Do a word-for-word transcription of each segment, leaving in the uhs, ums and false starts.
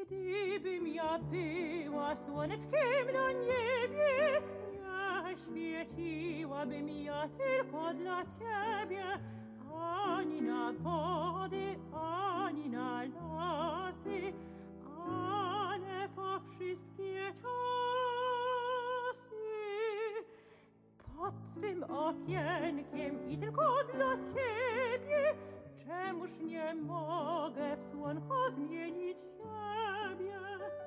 Gdybym ja była słoneczkiem na niebie, nie świeciłabym ja tylko dla ciebie, ani na wody, ani na lasy, ale po wszystkie czasy. Pod twym okienkiem i tylko dla ciebie, czemuż nie mogę w słonko zmienić siebie?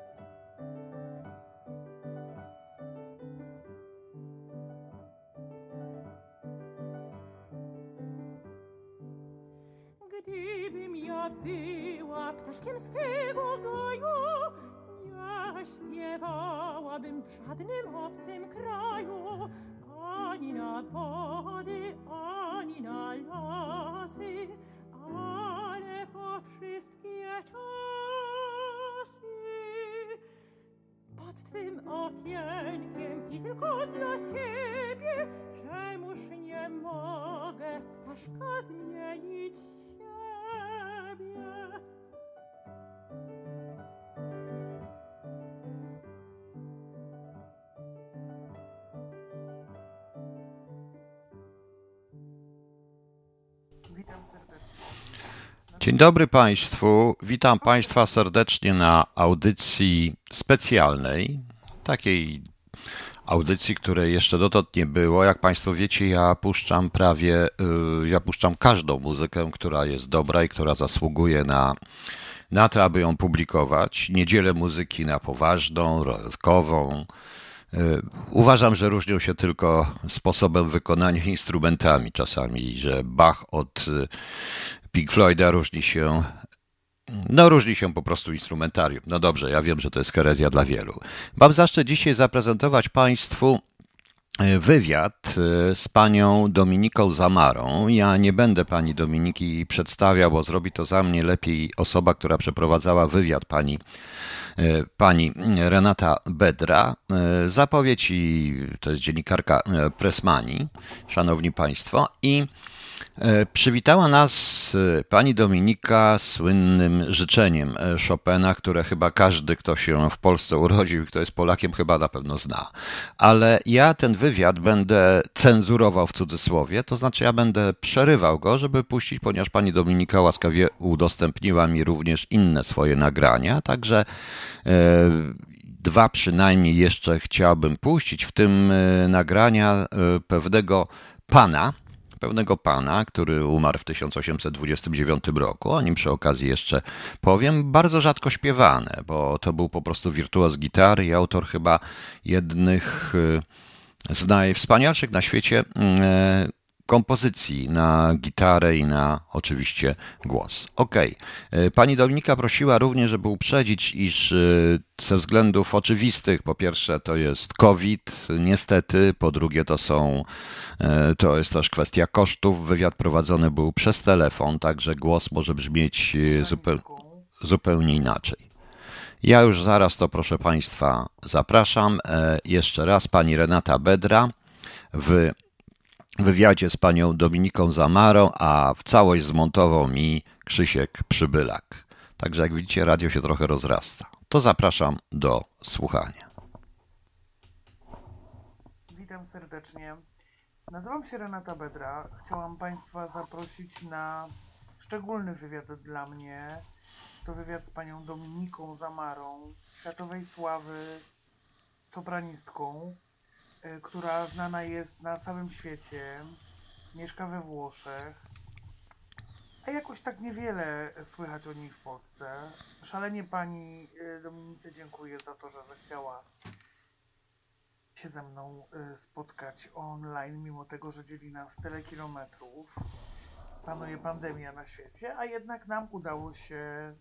Gdybym ja była ptaszkiem z tego gaju, nie śpiewałabym w żadnym obcym kraju, ani na wody, ani na lasy, ale po wszystkie czasy. Pod twym okienkiem i tylko dla ciebie, czemuż nie mogę w ptaszka zmienić siebie? Witam serdecznie. Dzień dobry Państwu. Witam Państwa serdecznie na audycji specjalnej, takiej audycji, której jeszcze dotąd nie było. Jak Państwo wiecie, ja puszczam prawie, y, ja puszczam każdą muzykę, która jest dobra i która zasługuje na, na to, aby ją publikować. Nie dzielę muzyki na poważną, rockową. Y, Uważam, że różnią się tylko sposobem wykonania, instrumentami czasami, że Bach od y, Pink Floyda różni się, no różni się po prostu instrumentarium. No dobrze, ja wiem, że to jest herezja dla wielu. Mam zaszczyt dzisiaj zaprezentować Państwu wywiad z panią Dominiką Zamarą. Ja nie będę pani Dominiki przedstawiał, bo zrobi to za mnie lepiej osoba, która przeprowadzała wywiad, pani, pani Renata Bedra. Zapowiedź i to jest dziennikarka Pressmani, szanowni państwo, i przywitała nas pani Dominika słynnym życzeniem Chopina, które chyba każdy, kto się w Polsce urodził i kto jest Polakiem, chyba na pewno zna. Ale ja ten wywiad będę cenzurował w cudzysłowie, to znaczy ja będę przerywał go, żeby puścić, ponieważ pani Dominika łaskawie udostępniła mi również inne swoje nagrania, także e, dwa przynajmniej jeszcze chciałbym puścić, w tym e, nagrania e, pewnego pana, pewnego pana, który umarł w tysiąc osiemset dwudziestym dziewiątym roku. O nim przy okazji jeszcze powiem. Bardzo rzadko śpiewane, bo to był po prostu wirtuoz gitary i autor chyba jednych z najwspanialszych na świecie kompozycji na gitarę i na oczywiście głos. Okej. Okay. Pani Dominika prosiła również, żeby uprzedzić, iż ze względów oczywistych, po pierwsze to jest COVID, niestety, po drugie to są, to jest też kwestia kosztów. Wywiad prowadzony był przez telefon, także głos może brzmieć zupeł, zupełnie inaczej. Ja już zaraz to, proszę Państwa, zapraszam. Jeszcze raz pani Renata Bedra w wywiadzie z panią Dominiką Zamarą, a w całość zmontował mi Krzysiek Przybylak. Także jak widzicie, radio się trochę rozrasta. To zapraszam do słuchania. Witam serdecznie. Nazywam się Renata Bedra. Chciałam Państwa zaprosić na szczególny wywiad dla mnie. To wywiad z panią Dominiką Zamarą, światowej sławy sopranistką, która znana jest na całym świecie, mieszka we Włoszech, a jakoś tak niewiele słychać o niej w Polsce. Szalenie pani Dominice dziękuję za to, że zechciała się ze mną spotkać online, mimo tego, że dzieli nas tyle kilometrów. Panuje pandemia na świecie, a jednak nam udało się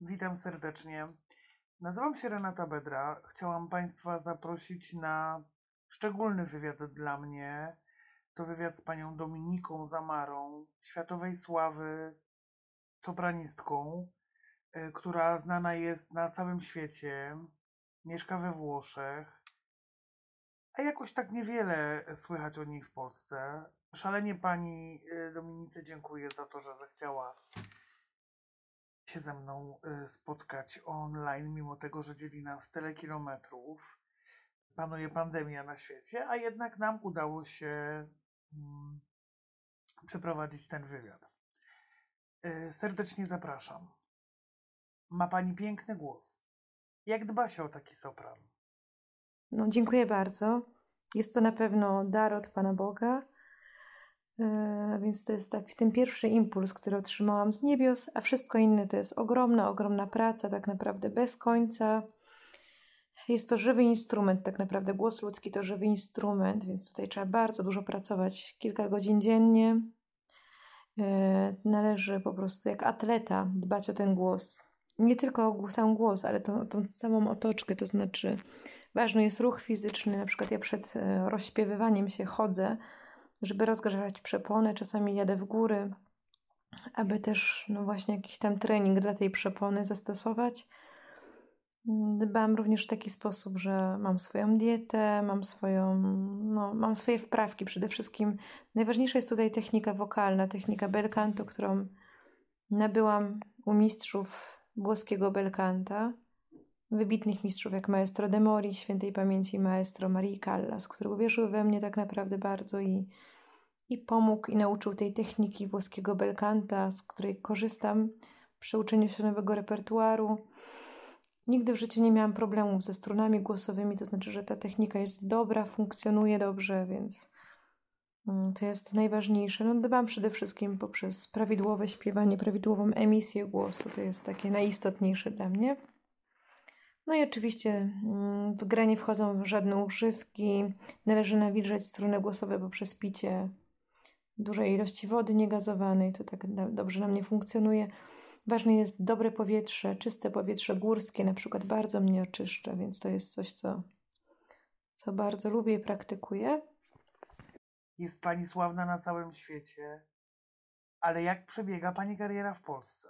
Witam serdecznie. Nazywam się Renata Bedra. Chciałam Państwa zaprosić na szczególny wywiad dla mnie. To wywiad z panią Dominiką Zamarą, światowej sławy sopranistką, y, która znana jest na całym świecie, mieszka we Włoszech, a jakoś tak niewiele słychać o niej w Polsce. Szalenie pani y, Dominice dziękuję za to, że zechciała się ze mną y, spotkać online, mimo tego, że dzieli nas tyle kilometrów. Panuje pandemia na świecie, a jednak nam udało się mm, przeprowadzić ten wywiad. Y, serdecznie zapraszam. Ma pani piękny głos. Jak dba się o taki sopran? No, dziękuję bardzo. Jest to na pewno dar od Pana Boga, e, więc to jest taki, ten pierwszy impuls, który otrzymałam z niebios, a wszystko inne to jest ogromna, ogromna praca, tak naprawdę bez końca. Jest to żywy instrument, tak naprawdę głos ludzki to żywy instrument, więc tutaj trzeba bardzo dużo pracować, kilka godzin dziennie. E, należy po prostu jak atleta dbać o ten głos. Nie tylko o sam głos, ale tą, tą samą otoczkę, to znaczy ważny jest ruch fizyczny, na przykład ja przed e, rozśpiewywaniem się chodzę, żeby rozgrzać przeponę, czasami jadę w góry, aby też no właśnie jakiś tam trening dla tej przepony zastosować. Dbam również w taki sposób, że mam swoją dietę, mam swoją, no, mam swoje wprawki przede wszystkim. Najważniejsza jest tutaj technika wokalna, technika bel canto, którą nabyłam u mistrzów włoskiego bel canta, wybitnych mistrzów jak maestro De Mori, świętej pamięci maestro Marii Callas, który uwierzył we mnie tak naprawdę bardzo i, i pomógł i nauczył tej techniki włoskiego bel canta, z której korzystam przy uczeniu się nowego repertuaru. Nigdy w życiu nie miałam problemów ze strunami głosowymi, to znaczy, że ta technika jest dobra, funkcjonuje dobrze, więc to jest najważniejsze. No, dbam przede wszystkim poprzez prawidłowe śpiewanie, prawidłową emisję głosu. To jest takie najistotniejsze dla mnie. No i oczywiście w grę nie wchodzą żadne używki. Należy nawilżać struny głosowe poprzez picie dużej ilości wody niegazowanej. To tak dobrze na mnie funkcjonuje. Ważne jest dobre powietrze, czyste powietrze górskie, na przykład bardzo mnie oczyszcza, więc to jest coś, co, co bardzo lubię i praktykuję. Jest pani sławna na całym świecie, ale jak przebiega pani kariera w Polsce?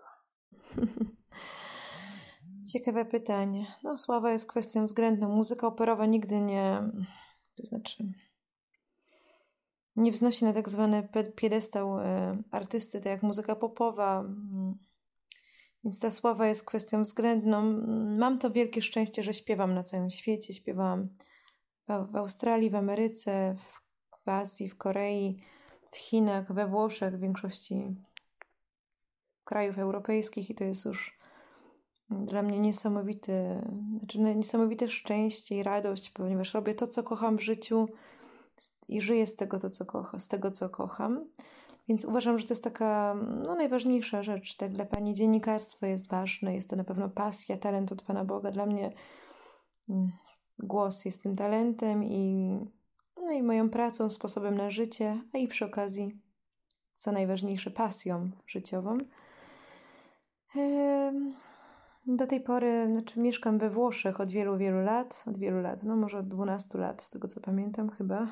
Ciekawe pytanie. No, sława jest kwestią względną. Muzyka operowa nigdy nie, to znaczy nie wznosi na tak zwany piedestał e, artysty, tak jak muzyka popowa. Więc ta sława jest kwestią względną. Mam to wielkie szczęście, że śpiewam na całym świecie. Śpiewałam w, w Australii, w Ameryce, w Azji, w Korei, w Chinach, we Włoszech, w większości krajów europejskich i to jest już dla mnie niesamowity, znaczy niesamowite szczęście i radość, ponieważ robię to, co kocham w życiu i żyję z tego, to, co kocha, z tego, co kocham. Więc uważam, że to jest taka no, najważniejsza rzecz. Tak, dla pani dziennikarstwo jest ważne, jest to na pewno pasja, talent od Pana Boga. Dla mnie głos jest tym talentem i, no, i moją pracą, sposobem na życie, a i przy okazji, co najważniejsze, pasją życiową. Do tej pory, znaczy mieszkam we Włoszech od wielu, wielu lat, od wielu lat, no może od dwunastu lat, z tego co pamiętam chyba.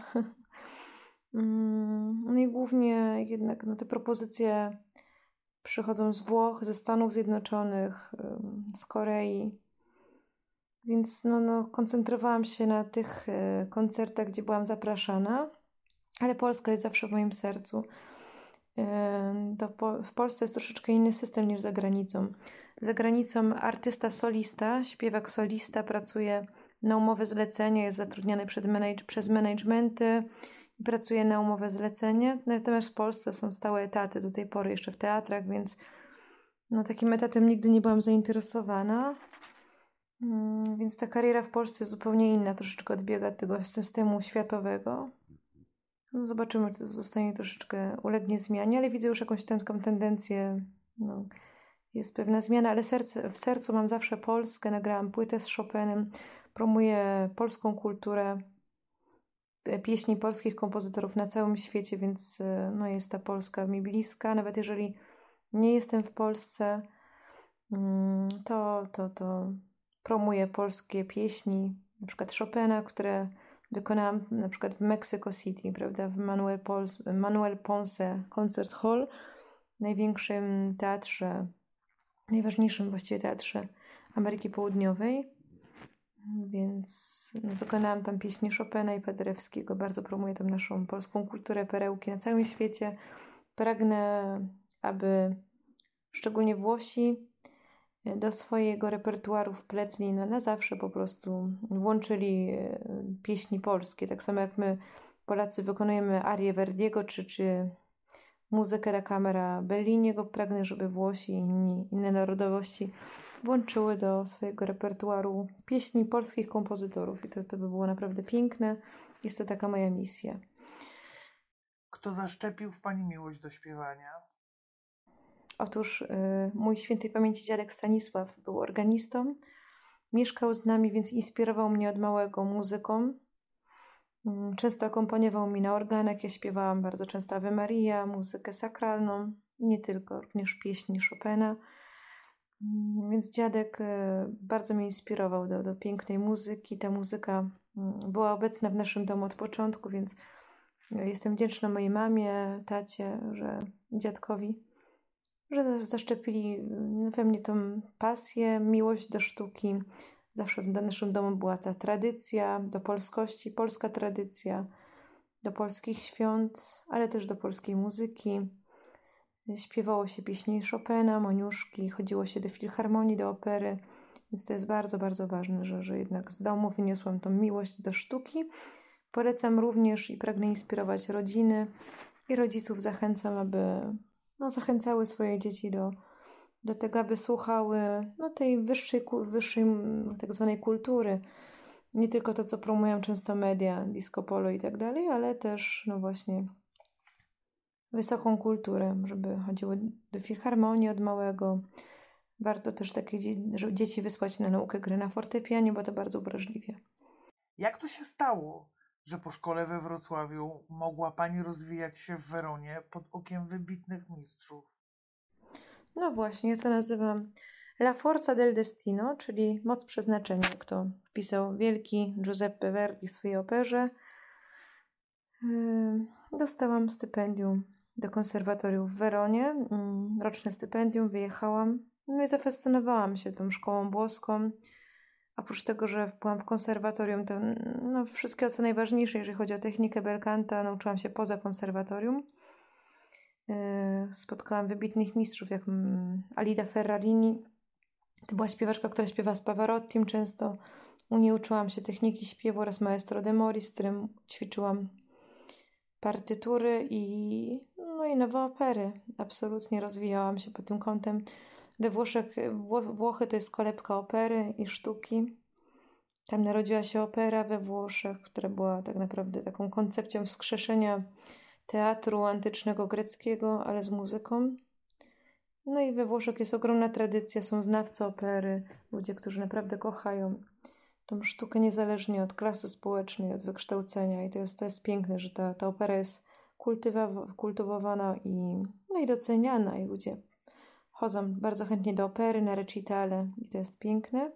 No i głównie jednak no, te propozycje przychodzą z Włoch, ze Stanów Zjednoczonych, z Korei. Więc no, no, koncentrowałam się na tych koncertach, gdzie byłam zapraszana, ale Polska jest zawsze w moim sercu. To po, w Polsce jest troszeczkę inny system niż za granicą. Za granicą artysta solista, śpiewak solista pracuje na umowę zlecenie, jest zatrudniany przed manage, przez managementy i pracuje na umowę zlecenie. Natomiast w Polsce są stałe etaty do tej pory jeszcze w teatrach, więc no, takim etatem nigdy nie byłam zainteresowana. Hmm, więc ta kariera w Polsce jest zupełnie inna, troszeczkę odbiega od tego systemu światowego. No, zobaczymy, czy to zostanie troszeczkę, ulegnie zmianie, ale widzę już jakąś taką tendencję, no, jest pewna zmiana, ale serce, w sercu mam zawsze Polskę, nagrałam płytę z Chopinem, promuję polską kulturę, pieśni polskich kompozytorów na całym świecie, więc no, jest ta Polska mi bliska, nawet jeżeli nie jestem w Polsce, mm, to, to, to promuje polskie pieśni, na przykład Chopina, które wykonałam na przykład w Mexico City, prawda, w Manuel, Pons- Manuel Ponce Concert Hall, największym teatrze, najważniejszym właściwie teatrze Ameryki Południowej. Więc wykonałam tam pieśni Chopina i Paderewskiego. Bardzo promuję tą naszą polską kulturę, perełki na całym świecie. Pragnę, aby szczególnie Włosi do swojego repertuaru wpletli no, na zawsze po prostu włączyli pieśni polskie. Tak samo jak my Polacy wykonujemy arię Verdiego czy, czy muzykę da camera Belliniego, pragnę, żeby Włosi i inni, inne narodowości włączyły do swojego repertuaru pieśni polskich kompozytorów i to, to by było naprawdę piękne. Jest to taka moja misja. Kto zaszczepił w Pani miłość do śpiewania? Otóż y, mój świętej pamięci dziadek Stanisław był organistą. Mieszkał z nami, więc inspirował mnie od małego muzyką. Y, często akompaniował mi na organek. Ja śpiewałam bardzo często Ave Maria, muzykę sakralną, nie tylko, również pieśni Chopina. Y, więc dziadek y, bardzo mnie inspirował do, do pięknej muzyki. Ta muzyka y, była obecna w naszym domu od początku, więc y, jestem wdzięczna mojej mamie, tacie, że dziadkowi, że zaszczepili we mnie tą pasję, miłość do sztuki. Zawsze w naszym domu była ta tradycja do polskości, polska tradycja, do polskich świąt, ale też do polskiej muzyki. Śpiewało się pieśni Chopina, Moniuszki, chodziło się do filharmonii, do opery, więc to jest bardzo, bardzo ważne, że, że jednak z domu wyniosłam tą miłość do sztuki. Polecam również i pragnę inspirować rodziny i rodziców zachęcam, aby no, zachęcały swoje dzieci do, do tego, aby słuchały no, tej wyższej, wyższej tak zwanej kultury. Nie tylko to, co promują często media, disco polo i tak dalej, ale też no właśnie wysoką kulturę, żeby chodziło do filharmonii od małego. Warto też takie dzie- dzieci wysłać na naukę gry na fortepianie, bo to bardzo uwrażliwia. Jak to się stało, że po szkole we Wrocławiu mogła Pani rozwijać się w Weronie pod okiem wybitnych mistrzów? No właśnie, ja to nazywam La Forza del Destino, czyli moc przeznaczenia, jak to pisał wielki Giuseppe Verdi w swojej operze. Dostałam stypendium do konserwatorium w Weronie, roczne stypendium, wyjechałam. No i zafascynowałam się tą szkołą włoską. Oprócz tego, że byłam w konserwatorium, to no, wszystkiego co najważniejsze, jeżeli chodzi o technikę belcanta, nauczyłam się poza konserwatorium. Spotkałam wybitnych mistrzów, jak Alida Ferrarini. To była śpiewaczka, która śpiewa z Pavarottim często. U niej uczyłam się techniki śpiewu oraz maestro de Moris, z którym ćwiczyłam partytury i, no i nowe opery. Absolutnie rozwijałam się pod tym kątem. We Włoszech, Wło- Włochy to jest kolebka opery i sztuki. Tam narodziła się opera we Włoszech, która była tak naprawdę taką koncepcją wskrzeszenia teatru antycznego greckiego, ale z muzyką. No i we Włoszech jest ogromna tradycja, są znawcy opery, ludzie, którzy naprawdę kochają tą sztukę niezależnie od klasy społecznej, od wykształcenia i to jest, to jest piękne, że ta, ta opera jest kultywa- kultywowana i, no i doceniana i ludzie chodzą bardzo chętnie do opery, na recitale i to jest piękne.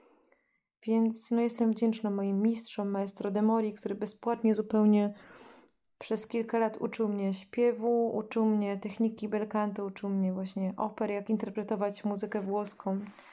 Więc no, jestem wdzięczna moim mistrzom, maestro de Mori, który bezpłatnie zupełnie przez kilka lat uczył mnie śpiewu, uczył mnie techniki belcanto, uczył mnie właśnie oper, jak interpretować muzykę włoską.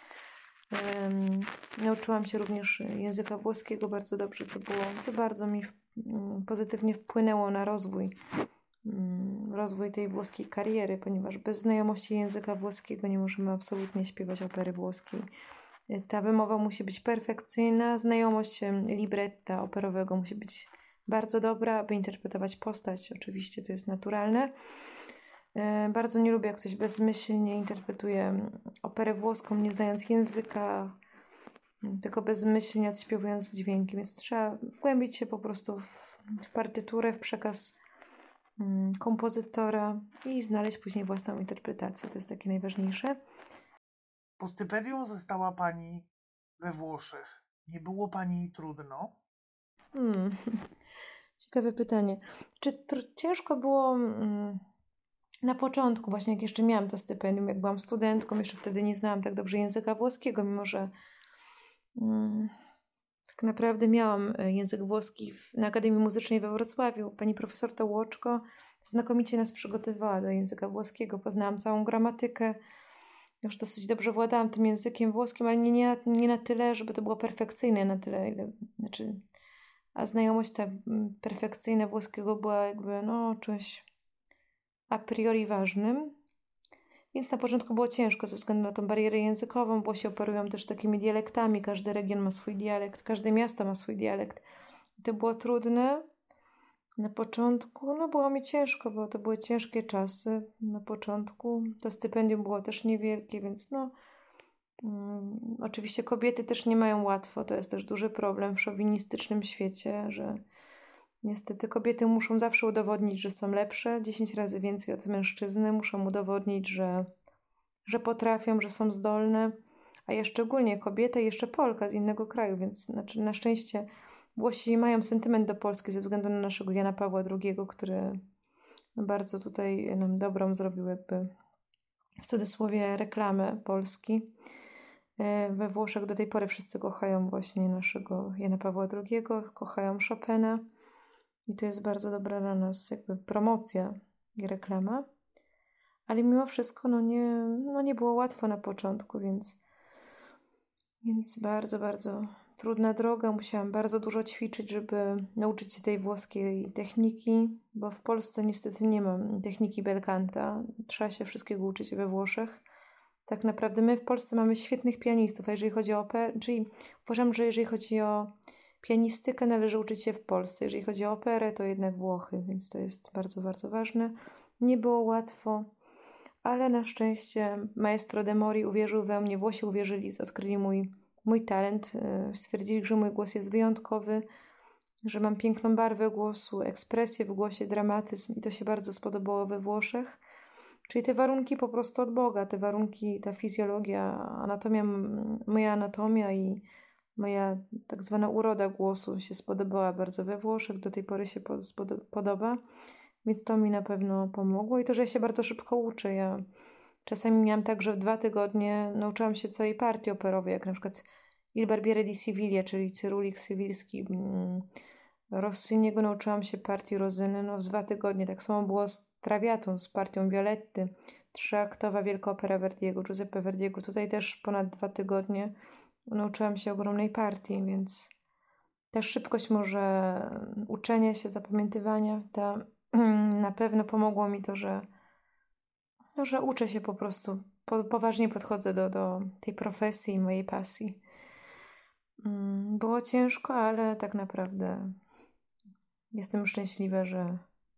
Um, nauczyłam się również języka włoskiego bardzo dobrze, co było, co bardzo mi w, um, pozytywnie wpłynęło na rozwój, um, rozwój tej włoskiej kariery, ponieważ bez znajomości języka włoskiego nie możemy absolutnie śpiewać opery włoskiej. Ta wymowa musi być perfekcyjna, znajomość libretta operowego musi być bardzo dobra, aby interpretować postać. Oczywiście to jest naturalne. Bardzo nie lubię, jak ktoś bezmyślnie interpretuje operę włoską, nie znając języka, tylko bezmyślnie odśpiewując dźwięki, więc trzeba wgłębić się po prostu w, w partyturę, w przekaz um, kompozytora i znaleźć później własną interpretację. To jest takie najważniejsze. Po stypendium została Pani we Włoszech. Nie było Pani trudno? Hmm. Ciekawe pytanie. Czy tr- ciężko było... Hmm, na początku, właśnie jak jeszcze miałam to stypendium, jak byłam studentką, jeszcze wtedy nie znałam tak dobrze języka włoskiego, mimo że mm, tak naprawdę miałam język włoski w, na Akademii Muzycznej we Wrocławiu. Pani profesor Tołoczko znakomicie nas przygotowywała do języka włoskiego. Poznałam całą gramatykę. Już dosyć dobrze władałam tym językiem włoskim, ale nie, nie, nie na tyle, żeby to było perfekcyjne, na tyle, ile, znaczy, a znajomość ta perfekcyjna włoskiego była jakby, no, czymś a priori ważnym. Więc na początku było ciężko ze względu na tą barierę językową. Włosi operują też takimi dialektami. Każdy region ma swój dialekt, każde miasto ma swój dialekt. I to było trudne. Na początku, no było mi ciężko, bo to były ciężkie czasy. Na początku to stypendium było też niewielkie, więc no um, oczywiście kobiety też nie mają łatwo. To jest też duży problem w szowinistycznym świecie, że niestety kobiety muszą zawsze udowodnić, że są lepsze, dziesięć razy więcej od mężczyzny. Muszą udowodnić, że, że potrafią, że są zdolne. A ja szczególnie kobieta i jeszcze Polka z innego kraju, więc znaczy na szczęście Włosi mają sentyment do Polski ze względu na naszego Jana Pawła drugiego, który bardzo tutaj nam dobrą zrobił jakby w cudzysłowie reklamę Polski. We Włoszech do tej pory wszyscy kochają właśnie naszego Jana Pawła drugiego, kochają Chopina i to jest bardzo dobra dla nas jakby promocja i reklama. Ale mimo wszystko no nie, no nie było łatwo na początku, więc, więc bardzo, bardzo trudna droga. Musiałam bardzo dużo ćwiczyć, żeby nauczyć się tej włoskiej techniki, bo w Polsce niestety nie mam techniki belcanta. Trzeba się wszystkiego uczyć we Włoszech. Tak naprawdę my w Polsce mamy świetnych pianistów, a jeżeli chodzi o operę, czyli uważam, że jeżeli chodzi o pianistykę, należy uczyć się w Polsce. Jeżeli chodzi o operę, to jednak Włochy, więc to jest bardzo, bardzo ważne. Nie było łatwo, ale na szczęście maestro De Mori uwierzył we mnie, Włosi uwierzyli, odkryli mój, mój talent, stwierdzili, że mój głos jest wyjątkowy, że mam piękną barwę głosu, ekspresję w głosie, dramatyzm i to się bardzo spodobało we Włoszech. Czyli te warunki po prostu od Boga, te warunki, ta fizjologia, anatomia, moja anatomia i moja tak zwana uroda głosu się spodobała bardzo we Włoszech, do tej pory się podoba, więc to mi na pewno pomogło i to, że ja się bardzo szybko uczę. Ja czasami miałam tak, że w dwa tygodnie nauczyłam się całej partii operowej, jak na przykład Il Barbiere di Siviglia, czyli Cyrulik Sywilski. Rossiniego nauczyłam się partii Rozyny no w dwa tygodnie. Tak samo było z Trawiatą, z partią Violetty, trzyaktowa wielka opera Verdiego, Giuseppe Verdiego. Tutaj też ponad dwa tygodnie nauczyłam się ogromnej partii, więc ta szybkość może uczenia się, zapamiętywania, ta, na pewno pomogło mi to, że, no, że uczę się po prostu, po, poważnie podchodzę do, do tej profesji, mojej pasji. Było ciężko, ale tak naprawdę jestem szczęśliwa, że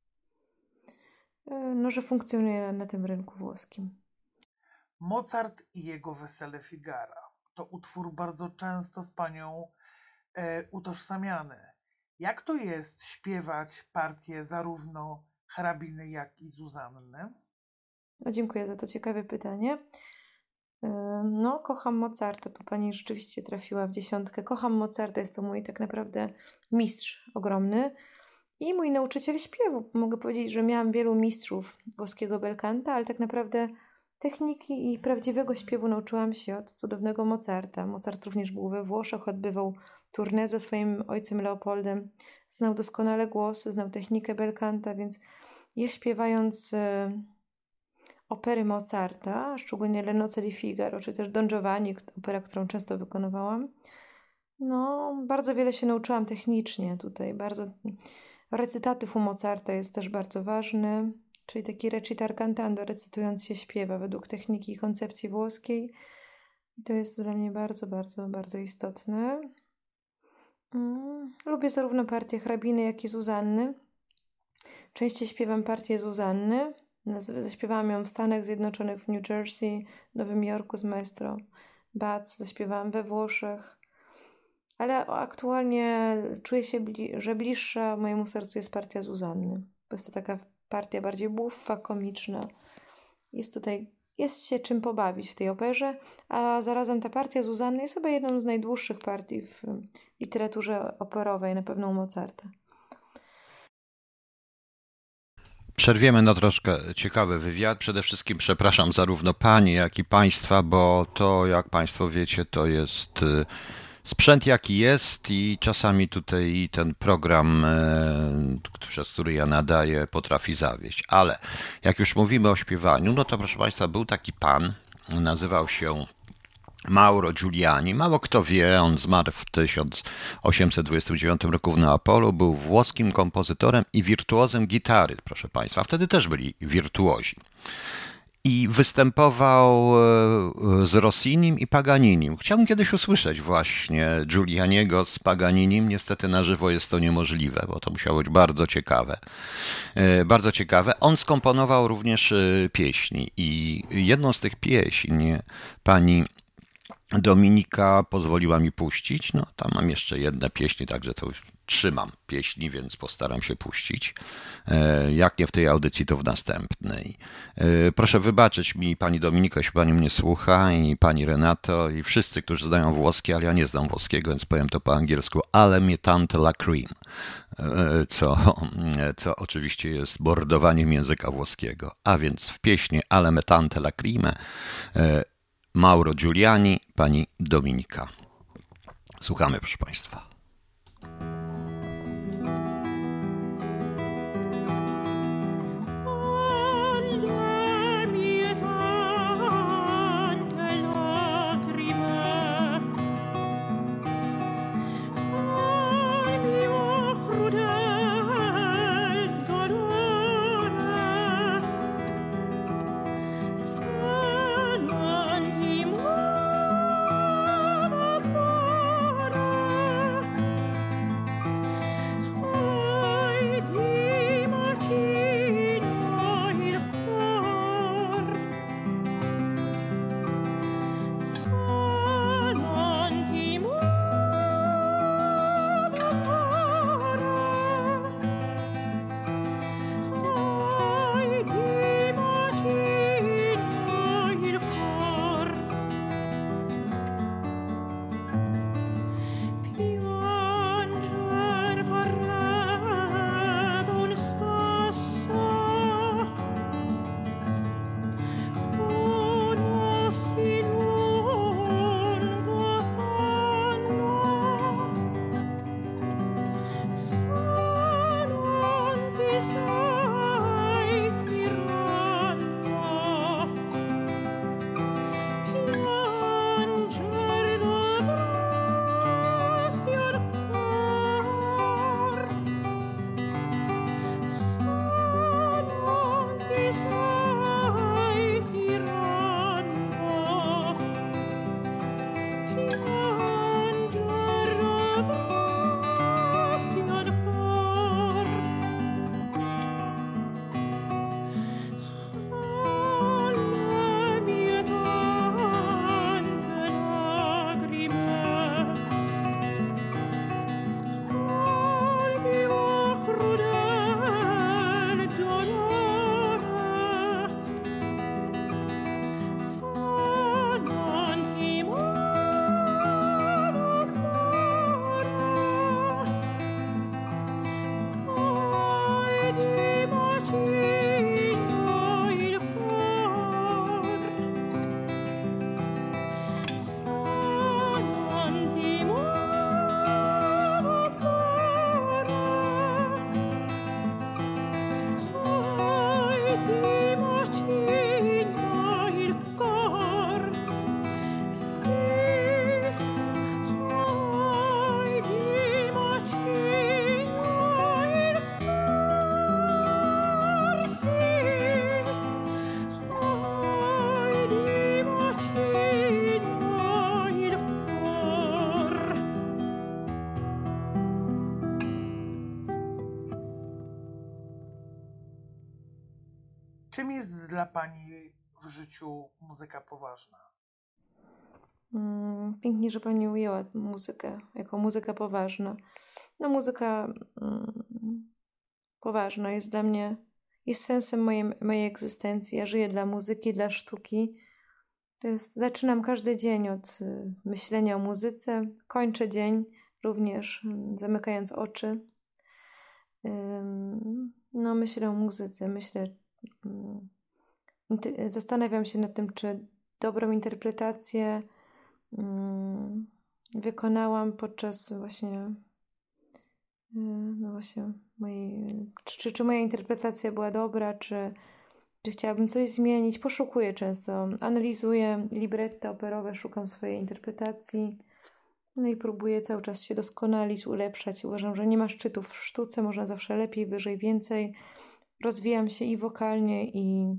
no, że funkcjonuje na tym rynku włoskim. Mozart i jego Wesele Figara to utwór bardzo często z panią e, utożsamiany. Jak to jest śpiewać partię zarówno hrabiny, jak i Zuzanny? No, dziękuję za to ciekawe pytanie. No, kocham Mozarta, tu pani rzeczywiście trafiła w dziesiątkę. Kocham Mozarta, jest to mój tak naprawdę mistrz ogromny. I mój nauczyciel śpiewu. Mogę powiedzieć, że miałam wielu mistrzów włoskiego belcanta, ale tak naprawdę techniki i prawdziwego śpiewu nauczyłam się od cudownego Mozarta. Mozart również był we Włoszech, odbywał tournée ze swoim ojcem Leopoldem. Znał doskonale głosy, znał technikę belcanta, więc ja śpiewając e, opery Mozarta, szczególnie Le Nozze di Figaro, czy też Don Giovanni, opera, którą często wykonywałam, no bardzo wiele się nauczyłam technicznie tutaj, bardzo... Recytatyw u Mozarta jest też bardzo ważny, czyli taki recitar cantando, recytując się śpiewa według techniki i koncepcji włoskiej. I to jest dla mnie bardzo, bardzo, bardzo istotne. Mm, lubię zarówno partię hrabiny, jak i Zuzanny. Częściej śpiewam partię Zuzanny. Zaśpiewałam ją w Stanach Zjednoczonych, w New Jersey, Nowym Jorku z maestro Batz. Zaśpiewałam we Włoszech. Ale aktualnie czuję się, że bliższa mojemu sercu jest partia Zuzanny. Bo jest to taka partia bardziej buffa, komiczna. Jest tutaj, jest się czym pobawić w tej operze, a zarazem ta partia Zuzanny jest chyba jedną z najdłuższych partii w literaturze operowej, na pewno u Mozarta. Przerwiemy na troszkę ciekawy wywiad. Przede wszystkim przepraszam zarówno Pani, jak i Państwa, bo to, jak Państwo wiecie, to jest y, sprzęt jaki jest i czasami tutaj ten program, e, przez który ja nadaję, potrafi zawieść. Ale jak już mówimy o śpiewaniu, no to proszę Państwa, był taki pan, nazywał się Mauro Giuliani. Mało kto wie, on zmarł w tysiąc osiemset dwudziestym dziewiątym roku w Neapolu. Był włoskim kompozytorem i wirtuozem gitary, proszę Państwa. Wtedy też byli wirtuozi. I występował e, z Rossinim i Paganinim. Chciałbym kiedyś usłyszeć właśnie Giulianiego z Paganinim. Niestety na żywo jest to niemożliwe, bo to musiało być bardzo ciekawe. E, Bardzo ciekawe. On skomponował również e, pieśni i jedną z tych pieśni pani Dominika pozwoliła mi puścić. No, tam mam jeszcze jedne pieśni, także to już trzymam pieśni, więc postaram się puścić. E, Jak nie w tej audycji, to w następnej. E, Proszę wybaczyć mi, pani Dominiko, jeśli pani mnie słucha, i pani Renato, i wszyscy, którzy znają włoski, ale ja nie znam włoskiego, więc powiem to po angielsku. Ale mi tante la cream, E, co, co oczywiście jest bordowaniem języka włoskiego. A więc w pieśni Ale me tante la cream e, Mauro Giuliani, pani Dominika. Słuchamy, proszę Państwa. Alle mie tante lacrime, al mio crudel dolore, se non ti muovo amore, oi di macchina il cor, se non ti muovo amore, oi di macchina il cor. Pianger vorrebbe un sasso, uno sì lungo fanno, se non ti sai tiranno. Pianger dovresti or cor, se non ti sai tiranno. Pianger dovresti or cor. Alle mie tante lacrime, al mio crudel dolore, se non ti muovo amore, oi di macchina il cor, se non ti muovo amore, oi di macchina il cor, sì, oi di macchina il cor, sì, oi di macchina il cor. Czym jest dla pani w życiu muzyka poważna? Mm, Pięknie, że Pani ujęła muzykę jako muzyka poważna. No muzyka mm, poważna jest dla mnie, jest sensem mojej, mojej egzystencji. Ja żyję dla muzyki, dla sztuki. To jest, zaczynam każdy dzień od y, myślenia o muzyce, kończę dzień również mm, zamykając oczy Ym, No, myślę o muzyce, myślę, mm, inty- zastanawiam się nad tym, czy dobrą interpretację mm, wykonałam podczas właśnie, y, no właśnie mojej, czy, czy, czy moja interpretacja była dobra, czy, czy chciałabym coś zmienić. Poszukuję często, analizuję libretto operowe, szukam swojej interpretacji. No i próbuję cały czas się doskonalić, ulepszać. Uważam, że nie ma szczytów w sztuce, można zawsze lepiej, wyżej, więcej. Rozwijam się i wokalnie, i,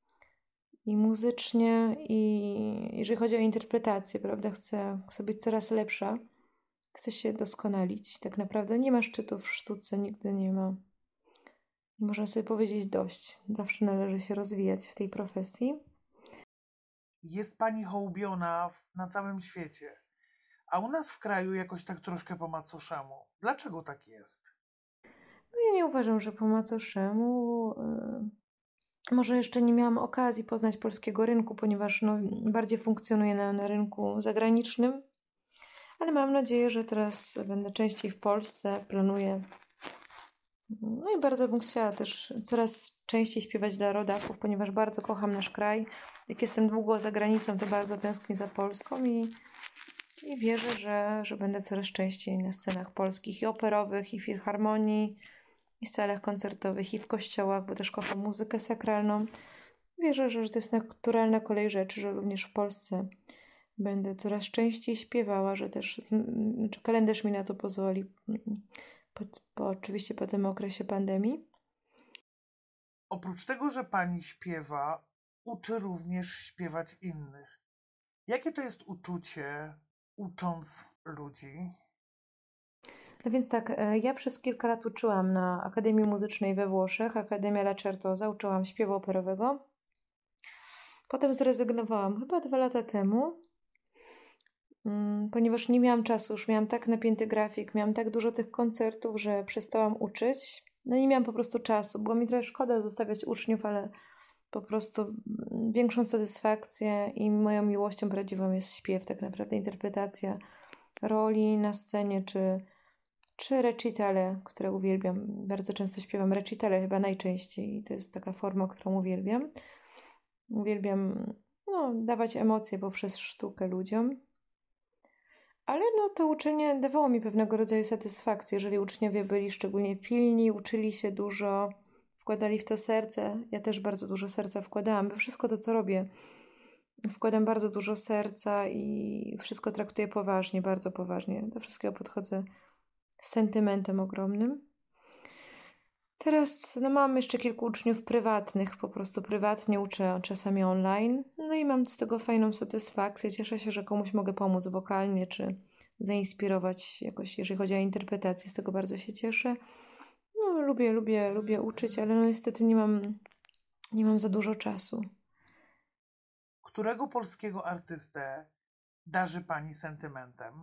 i muzycznie, i jeżeli chodzi o interpretację, prawda, chcę, chcę być coraz lepsza. Chcę się doskonalić. Tak naprawdę nie ma szczytów w sztuce, nigdy nie ma. Można sobie powiedzieć dość. Zawsze należy się rozwijać w tej profesji. Jest pani hołubiona w- na całym świecie, a u nas w kraju jakoś tak troszkę po macoszemu. Dlaczego tak jest? No ja nie uważam, że po macoszemu. Yy, może jeszcze nie miałam okazji poznać polskiego rynku, ponieważ no, bardziej funkcjonuję na, na rynku zagranicznym. Ale mam nadzieję, że teraz będę częściej w Polsce. Planuję. No i bardzo bym chciała też coraz częściej śpiewać dla rodaków, ponieważ bardzo kocham nasz kraj. Jak jestem długo za granicą, to bardzo tęsknię za Polską i, i wierzę, że, że będę coraz częściej na scenach polskich i operowych, i filharmonii, i salach koncertowych, i w kościołach, bo też kocham muzykę sakralną. Wierzę, że, że to jest naturalna kolej rzeczy, że również w Polsce będę coraz częściej śpiewała, że też że kalendarz mi na to pozwoli. Po, po, oczywiście po tym okresie pandemii. Oprócz tego, że pani śpiewa, uczy również śpiewać innych. Jakie to jest uczucie, ucząc ludzi? No więc tak, e, ja przez kilka lat uczyłam na Akademii Muzycznej we Włoszech, Akademia La Certosa, uczyłam śpiewu operowego. Potem zrezygnowałam chyba dwa lata temu, mm, ponieważ nie miałam czasu, już miałam tak napięty grafik, miałam tak dużo tych koncertów, że przestałam uczyć. No nie miałam po prostu czasu. Było mi trochę szkoda zostawiać uczniów, ale po prostu mm, większą satysfakcję i moją miłością prawdziwą jest śpiew, tak naprawdę interpretacja roli na scenie, czy, czy recitale, które uwielbiam. Bardzo często śpiewam recitale, chyba najczęściej i to jest taka forma, którą uwielbiam. Uwielbiam no, dawać emocje poprzez sztukę ludziom. Ale no to uczenie dawało mi pewnego rodzaju satysfakcję, jeżeli uczniowie byli szczególnie pilni, uczyli się dużo, wkładali w to serce. Ja też bardzo dużo serca wkładałam, bo wszystko to, co robię, wkładam bardzo dużo serca i wszystko traktuję poważnie, bardzo poważnie. Do wszystkiego podchodzę z sentymentem ogromnym. Teraz no, mam jeszcze kilku uczniów prywatnych, po prostu prywatnie uczę, czasami online. No i mam z tego fajną satysfakcję. Cieszę się, że komuś mogę pomóc wokalnie, czy zainspirować jakoś, jeżeli chodzi o interpretację. Z tego bardzo się cieszę. No, lubię, lubię, lubię uczyć, ale no niestety nie mam, nie mam za dużo czasu. Którego polskiego artystę darzy pani sentymentem?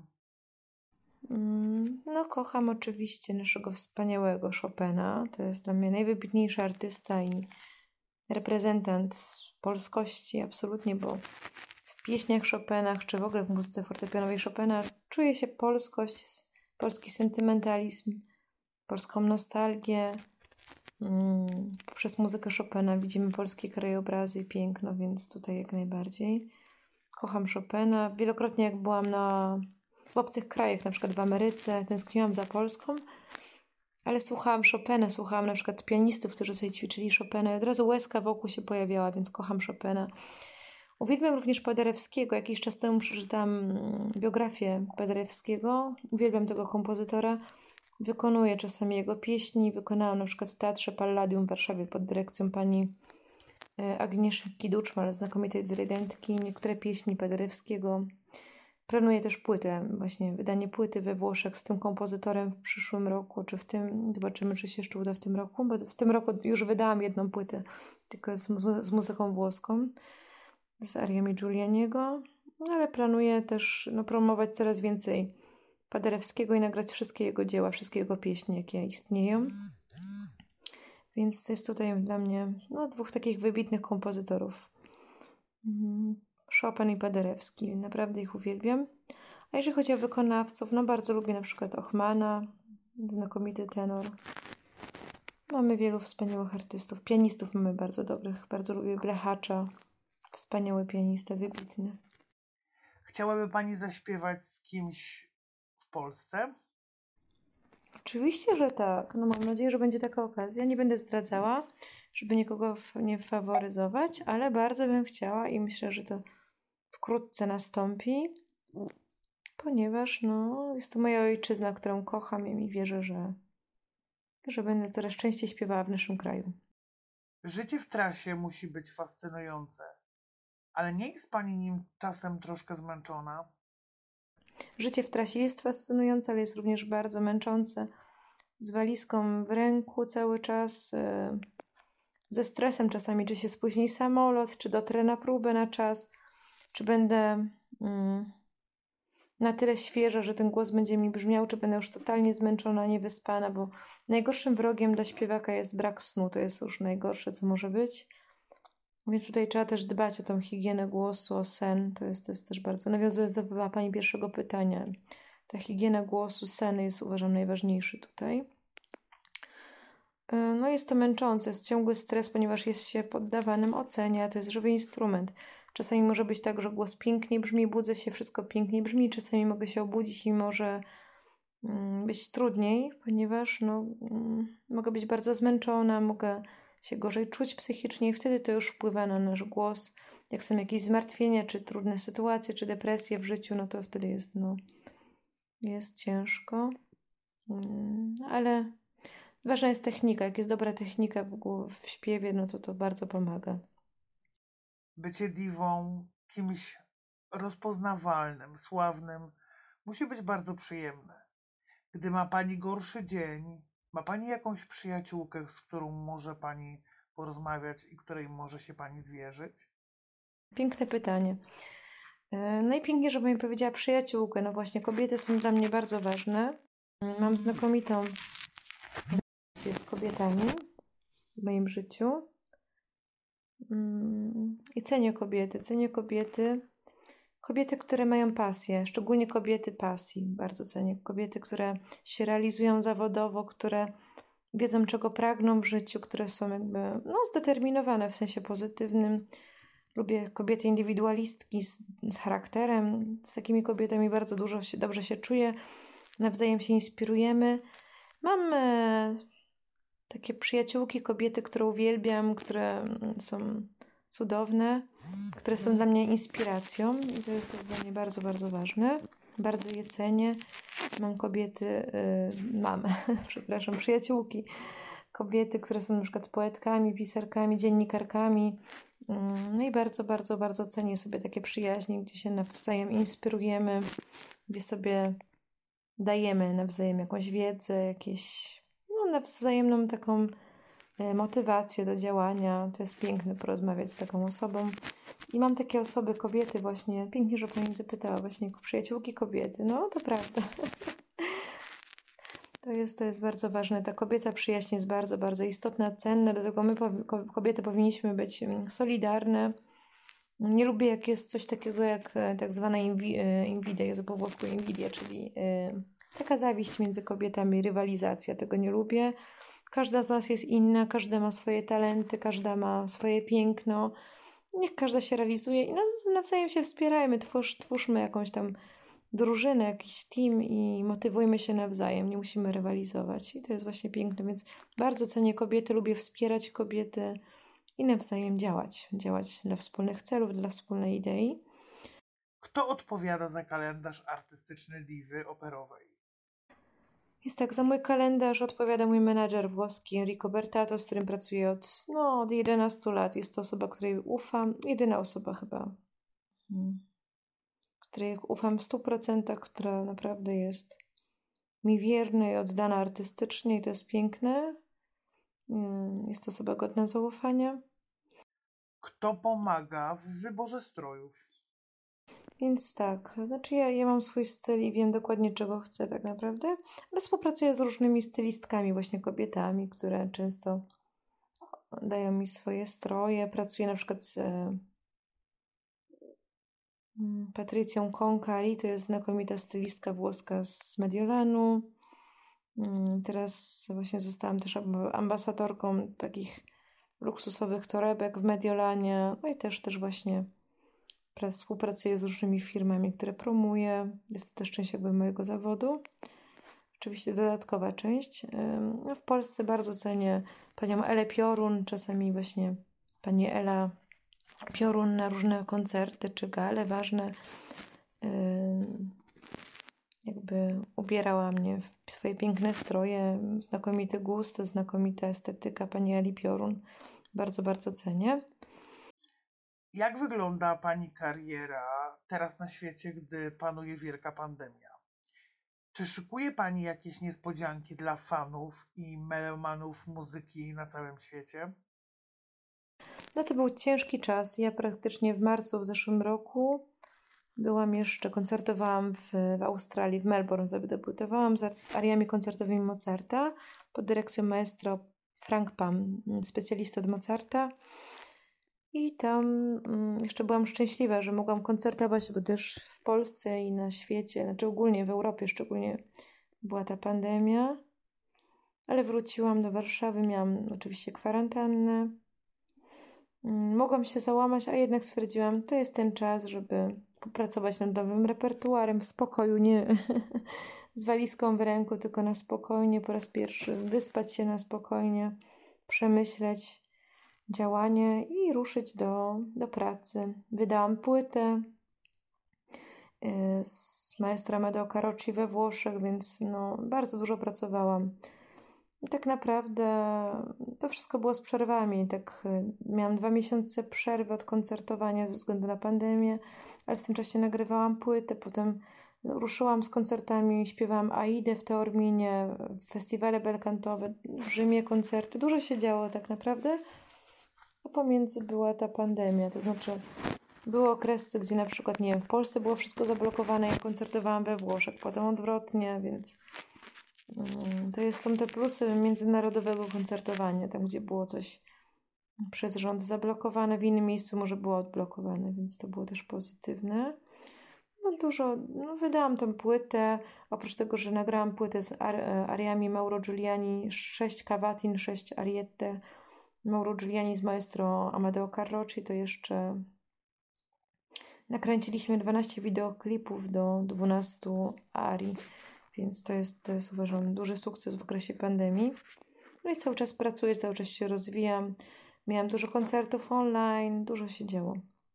Mm, No, kocham oczywiście naszego wspaniałego Chopina. To jest dla mnie najwybitniejszy artysta i reprezentant polskości, absolutnie, bo w pieśniach Chopinach, czy w ogóle w muzyce fortepianowej Chopina czuje się polskość, polski sentymentalizm, polską nostalgię. Mm, Poprzez muzykę Chopina widzimy polskie krajobrazy i piękno, więc tutaj jak najbardziej. Kocham Chopina. Wielokrotnie jak byłam na, w obcych krajach, na przykład w Ameryce, tęskniłam za Polską, ale słuchałam Chopina, słuchałam na przykład pianistów, którzy sobie ćwiczyli Chopina i od razu łezka wokół się pojawiała, więc kocham Chopina. Uwielbiam również Paderewskiego. Jakiś czas temu przeczytałam mm, biografię Paderewskiego. Uwielbiam tego kompozytora. Wykonuję czasami jego pieśni. Wykonałam na przykład w Teatrze Palladium w Warszawie pod dyrekcją pani e, Agnieszki Duczmal, znakomitej dyrygentki. Niektóre pieśni Paderewskiego. Planuję też płytę, właśnie wydanie płyty we Włoszech z tym kompozytorem w przyszłym roku, czy w tym, zobaczymy, czy się jeszcze uda w tym roku, bo w tym roku już wydałam jedną płytę, tylko z, mu- z muzyką włoską, z ariami Giulianiego, no ale planuję też no, promować coraz więcej Paderewskiego i nagrać wszystkie jego dzieła, wszystkie jego pieśni, jakie istnieją. Więc to jest tutaj dla mnie no, dwóch takich wybitnych kompozytorów. Mhm. Chopin i Paderewski. Naprawdę ich uwielbiam. A jeżeli chodzi o wykonawców, no bardzo lubię na przykład Ochmana, znakomity tenor. Mamy wielu wspaniałych artystów. Pianistów mamy bardzo dobrych. Bardzo lubię Blechacza. Wspaniały pianista, wybitny. Chciałaby Pani zaśpiewać z kimś w Polsce? Oczywiście, że tak. No mam nadzieję, że będzie taka okazja. Nie będę zdradzała, żeby nikogo nie faworyzować, ale bardzo bym chciała i myślę, że to wkrótce nastąpi, ponieważ no, jest to moja ojczyzna, którą kocham i wierzę, że, że będę coraz częściej śpiewała w naszym kraju. Życie w trasie musi być fascynujące, ale nie jest Pani nim czasem troszkę zmęczona? Życie w trasie jest fascynujące, ale jest również bardzo męczące. Z walizką w ręku cały czas, yy, ze stresem czasami, czy się spóźni samolot, czy dotrę na próbę na czas, czy będę yy, na tyle świeża, że ten głos będzie mi brzmiał, czy będę już totalnie zmęczona, niewyspana, bo najgorszym wrogiem dla śpiewaka jest brak snu. To jest już najgorsze, co może być. Więc tutaj trzeba też dbać o tą higienę głosu, o sen. To jest, to jest też bardzo... Nawiązując do Pani pierwszego pytania, ta higiena głosu, sen jest, uważam, najważniejszy tutaj. No jest to męczące, jest ciągły stres, ponieważ jest się poddawanym ocenie, a to jest żywy instrument. Czasami może być tak, że głos pięknie brzmi, budzę się, wszystko pięknie brzmi. Czasami mogę się obudzić i może mm, być trudniej, ponieważ no, mm, mogę być bardzo zmęczona, mogę się gorzej czuć psychicznie i wtedy to już wpływa na nasz głos. Jak są jakieś zmartwienia, czy trudne sytuacje, czy depresje w życiu, no to wtedy jest, no, jest ciężko. Mm, ale ważna jest technika. Jak jest dobra technika w, w śpiewie, no to to bardzo pomaga. Bycie diwą, kimś rozpoznawalnym, sławnym, musi być bardzo przyjemne. Gdy ma Pani gorszy dzień, ma Pani jakąś przyjaciółkę, z którą może Pani porozmawiać i której może się Pani zwierzyć? Piękne pytanie. Najpiękniej, żebym powiedziała przyjaciółkę. No właśnie, kobiety są dla mnie bardzo ważne. Mam znakomitą relację z kobietami w moim życiu. I cenię kobiety. Cenię kobiety. Kobiety, które mają pasję. Szczególnie kobiety pasji. Bardzo cenię. Kobiety, które się realizują zawodowo, które wiedzą, czego pragną w życiu, które są jakby no, zdeterminowane w sensie pozytywnym. Lubię kobiety indywidualistki z, z charakterem. Z takimi kobietami bardzo dużo się, dobrze się czuję. Nawzajem się inspirujemy. Mam e, takie przyjaciółki, kobiety, które uwielbiam, które są cudowne, które są dla mnie inspiracją. I to jest, to jest dla mnie bardzo, bardzo ważne. Bardzo je cenię. Mam kobiety, yy, mam, przepraszam, przyjaciółki. Kobiety, które są na przykład poetkami, pisarkami, dziennikarkami. No i bardzo, bardzo, bardzo cenię sobie takie przyjaźnie, gdzie się nawzajem inspirujemy, gdzie sobie dajemy nawzajem jakąś wiedzę, jakieś, no, nawzajemną taką motywację do działania. To jest piękne porozmawiać z taką osobą. I mam takie osoby, kobiety właśnie, pięknie, że Pani zapytała, właśnie przyjaciółki kobiety. No, to prawda. To jest, to jest bardzo ważne. Ta kobieca przyjaźń jest bardzo, bardzo istotna, cenna, dlatego my kobiety powinniśmy być solidarne. Nie lubię, jak jest coś takiego jak tak zwana invidia, jest po włosku invidia, czyli taka zawiść między kobietami, rywalizacja. Tego nie lubię. Każda z nas jest inna, każda ma swoje talenty, każda ma swoje piękno. Niech każda się realizuje i nawzajem się wspierajmy, twórz, twórzmy jakąś tam drużynę, jakiś team i motywujmy się nawzajem, nie musimy rywalizować. I to jest właśnie piękne, więc bardzo cenię kobiety, lubię wspierać kobiety i nawzajem działać. Działać dla wspólnych celów, dla wspólnej idei. Kto odpowiada za kalendarz artystyczny diwy operowej? Jest tak, za mój kalendarz odpowiada mój menadżer włoski Enrico Bertato, z którym pracuję od, no, od jedenastu lat. Jest to osoba, której ufam, jedyna osoba chyba, hmm. której ufam w stu procentach, która naprawdę jest mi wierna i oddana artystycznie i to jest piękne. Jest to osoba godna zaufania. Kto pomaga w wyborze strojów? Więc tak, znaczy ja, ja mam swój styl i wiem dokładnie, czego chcę tak naprawdę, ale współpracuję z różnymi stylistkami, właśnie kobietami, które często dają mi swoje stroje. Pracuję na przykład z Patrycją Concari, to jest znakomita stylistka włoska z Mediolanu. Teraz właśnie zostałam też ambasadorką takich luksusowych torebek w Mediolanie, no i też, też właśnie współpracuję z różnymi firmami, które promuję. Jest to też część jakby mojego zawodu. Oczywiście dodatkowa część. No w Polsce bardzo cenię panią Elę Piorun, czasami właśnie pani Ela Piorun na różne koncerty czy gale ważne. Jakby ubierała mnie w swoje piękne stroje, znakomity gust, znakomita estetyka pani Eli Piorun. Bardzo, bardzo cenię. Jak wygląda pani kariera teraz na świecie, gdy panuje wielka pandemia? Czy szykuje pani jakieś niespodzianki dla fanów i melomanów muzyki na całym świecie? No to był ciężki czas. Ja praktycznie w marcu w zeszłym roku byłam jeszcze, koncertowałam w, w Australii, w Melbourne, zadebiutowałam z ariami koncertowymi Mozarta pod dyrekcją maestro Frank Pam, specjalista od Mozarta. I tam um, jeszcze byłam szczęśliwa, że mogłam koncertować, bo też w Polsce i na świecie, znaczy ogólnie w Europie szczególnie była ta pandemia. Ale wróciłam do Warszawy, miałam oczywiście kwarantannę. Um, mogłam się załamać, a jednak stwierdziłam, to jest ten czas, żeby popracować nad nowym repertuarem w spokoju, nie z walizką w ręku, tylko na spokojnie, po raz pierwszy wyspać się na spokojnie, przemyśleć działanie i ruszyć do, do pracy. Wydałam płytę z maestra Amedeo Carocci we Włoszech, więc no, bardzo dużo pracowałam. I tak naprawdę to wszystko było z przerwami. Tak miałam dwa miesiące przerwy od koncertowania ze względu na pandemię, ale w tym czasie nagrywałam płytę, potem ruszyłam z koncertami, śpiewałam Aidę w Taorminie, festiwale belkantowe, w Rzymie koncerty. Dużo się działo tak naprawdę, a pomiędzy była ta pandemia. To znaczy były okresy, gdzie na przykład, nie wiem, w Polsce było wszystko zablokowane, ja koncertowałam we Włoszech, potem odwrotnie, więc to jest, są te plusy międzynarodowego koncertowania, tam gdzie było coś przez rząd zablokowane, w innym miejscu może było odblokowane, więc to było też pozytywne. No dużo, no wydałam tą płytę, oprócz tego, że nagrałam płytę z ar- ariami Mauro Giuliani, sześć cavatin, sześć ariette Mauro Giuliani z maestro Amedeo Carocci, to jeszcze nakręciliśmy dwanaście wideoklipów do dwunastu arii, więc to jest, to jest uważam duży sukces w okresie pandemii. No i cały czas pracuję, cały czas się rozwijam. Miałam dużo koncertów online, dużo się działo.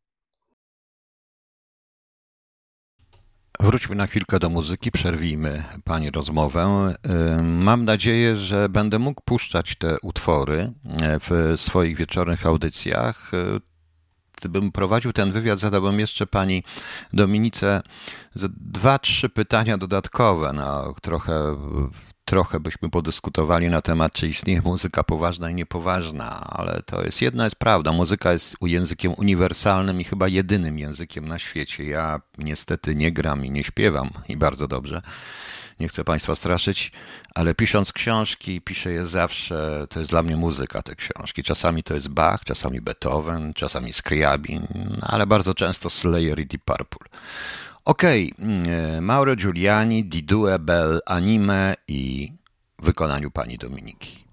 Wróćmy na chwilkę do muzyki, przerwijmy pani rozmowę. Mam nadzieję, że będę mógł puszczać te utwory w swoich wieczornych audycjach. Gdybym prowadził ten wywiad, zadałbym jeszcze pani Dominice dwa, trzy pytania dodatkowe. No, trochę, trochę byśmy podyskutowali na temat, czy istnieje muzyka poważna i niepoważna, ale to jest jedna jest prawda. Muzyka jest językiem uniwersalnym i chyba jedynym językiem na świecie. Ja niestety nie gram i nie śpiewam i bardzo dobrze. Nie chcę państwa straszyć, ale pisząc książki, piszę je zawsze, to jest dla mnie muzyka, te książki. Czasami to jest Bach, czasami Beethoven, czasami Scriabin, ale bardzo często Slayer i Deep Purple. Okej, okay. Mauro Giuliani, Di due belle anime i w wykonaniu pani Dominiki.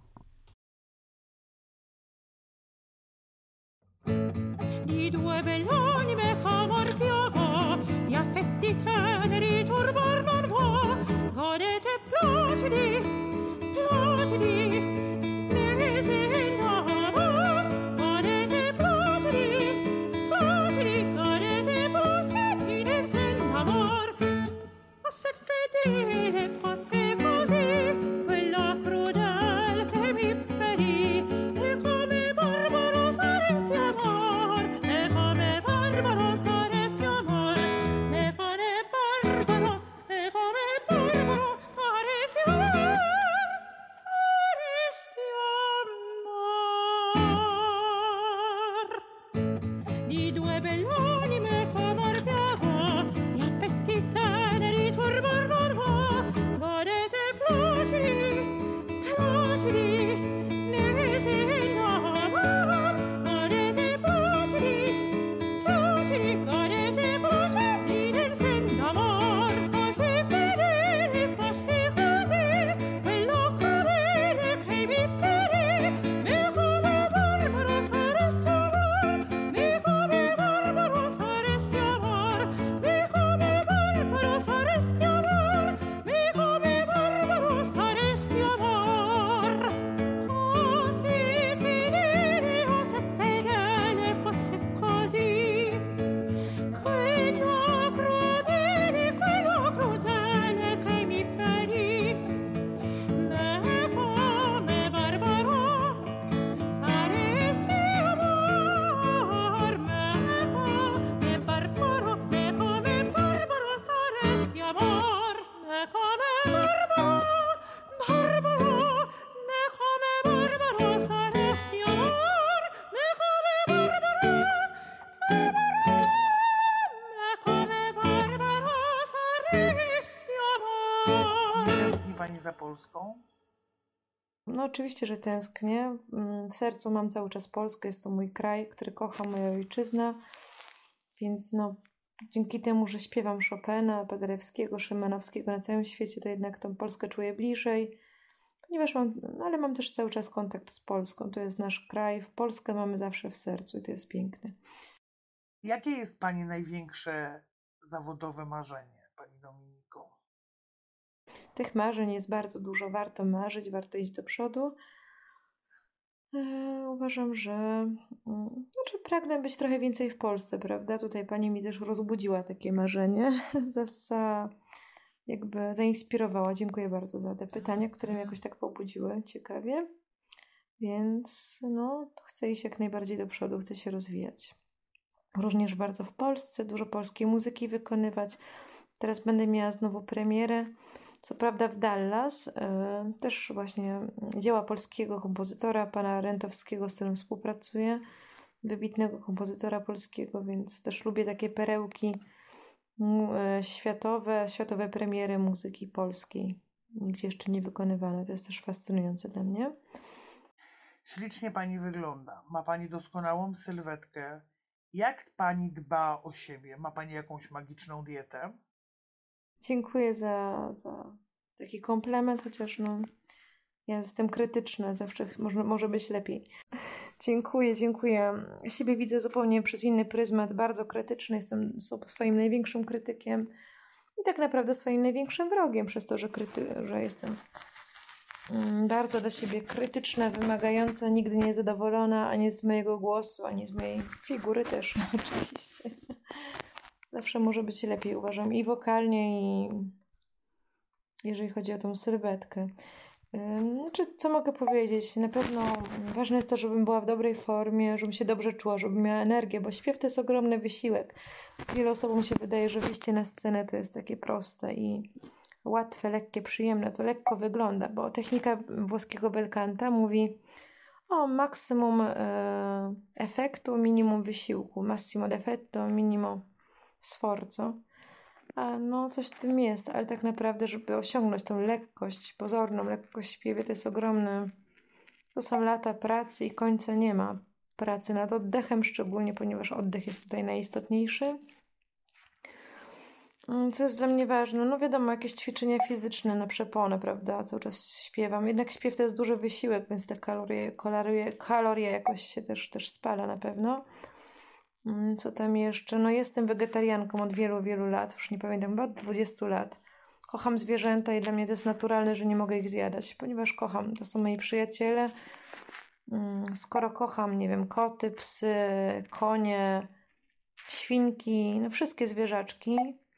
Di due belle anime c'amor piaga, gli affetti teneri turbar non va, godete placidi, placidi, mesi in amor, godete placidi, placidi, godete placidi nel sen amor. Fosse fedele, fosse così, quella crudel che mi ferì, e come barbaro saresti amor, e come barbaro saresti amor, e come barbaro, e come barbaro saresti amor, saresti amor. Di due belle anime c'amor piaga, gli affetti teneri turbar non va, godete placidi, placidi, mesi in amor, godete placidi, placidi, godete placidi nel sen d'amor. Fosse fedele, fosse così, quella come Barbarossa resti amor. Nie tęskni pani za Polską? No oczywiście, że tęsknię. Mm, W sercu mam cały czas Polskę, jest to mój kraj, który kocham, moja ojczyzna, więc no dzięki temu, że śpiewam Chopina, Paderewskiego, Szymanowskiego na całym świecie, to jednak tą Polskę czuję bliżej, ponieważ mam, no ale mam też cały czas kontakt z Polską, to jest nasz kraj, w Polskę mamy zawsze w sercu i to jest piękne. Jakie jest pani największe zawodowe marzenie, pani Dominiko? Tych marzeń jest bardzo dużo, warto marzyć, warto iść do przodu. E, uważam, że mm, znaczy pragnę być trochę więcej w Polsce, prawda? Tutaj pani mi też rozbudziła takie marzenie, za, za, jakby zainspirowała. Dziękuję bardzo za te pytania, które mnie jakoś tak pobudziły ciekawie. Więc no, chcę iść jak najbardziej do przodu, chcę się rozwijać. Również bardzo w Polsce, dużo polskiej muzyki wykonywać. Teraz będę miała znowu premierę. Co prawda w Dallas, y, też właśnie dzieła polskiego kompozytora, pana Rentowskiego, z którym współpracuję, wybitnego kompozytora polskiego, więc też lubię takie perełki mu- y, światowe, światowe premiery muzyki polskiej, gdzie jeszcze nie wykonywane. To jest też fascynujące dla mnie. Ślicznie pani wygląda. Ma pani doskonałą sylwetkę. Jak pani dba o siebie? Ma pani jakąś magiczną dietę? Dziękuję za, za taki komplement, chociaż no, ja jestem krytyczna, zawsze może, może być lepiej. Dziękuję, dziękuję. Ja siebie widzę zupełnie przez inny pryzmat, bardzo krytyczny, jestem so- swoim największym krytykiem i tak naprawdę swoim największym wrogiem, przez to, że, kryty- że jestem mm, bardzo dla siebie krytyczna, wymagająca, nigdy niezadowolona, ani z mojego głosu, ani z mojej figury też oczywiście. Zawsze może być lepiej, uważam, i wokalnie, i jeżeli chodzi o tą sylwetkę. Ym, Znaczy, co mogę powiedzieć? Na pewno ważne jest to, żebym była w dobrej formie, żebym się dobrze czuła, żebym miała energię, bo śpiew to jest ogromny wysiłek. Wielu osobom się wydaje, że wyjście na scenę to jest takie proste i łatwe, lekkie, przyjemne. To lekko wygląda, bo technika włoskiego belcanta mówi o maksimum e, efektu, minimum wysiłku. Massimo d'effetto, minimo sforzo. A no, coś w tym jest, ale tak naprawdę, żeby osiągnąć tą lekkość, pozorną lekkość w śpiewie, to jest ogromny. To są lata pracy i końca nie ma. Pracy nad oddechem szczególnie, ponieważ oddech jest tutaj najistotniejszy. Mm, Co jest dla mnie ważne? No wiadomo, jakieś ćwiczenia fizyczne na przeponę, prawda? Cały czas śpiewam. Jednak śpiew to jest duży wysiłek, więc te kalorie, kalorie, kalorie jakoś się też, też spala na pewno. Mm, Co tam jeszcze? No jestem wegetarianką od wielu, wielu lat, już nie pamiętam, chyba od dwudziestu lat. Kocham zwierzęta i dla mnie to jest naturalne, że nie mogę ich zjadać, ponieważ kocham. To są moi przyjaciele. Mm, Skoro kocham, nie wiem, koty, psy, konie, świnki, no wszystkie zwierzaczki,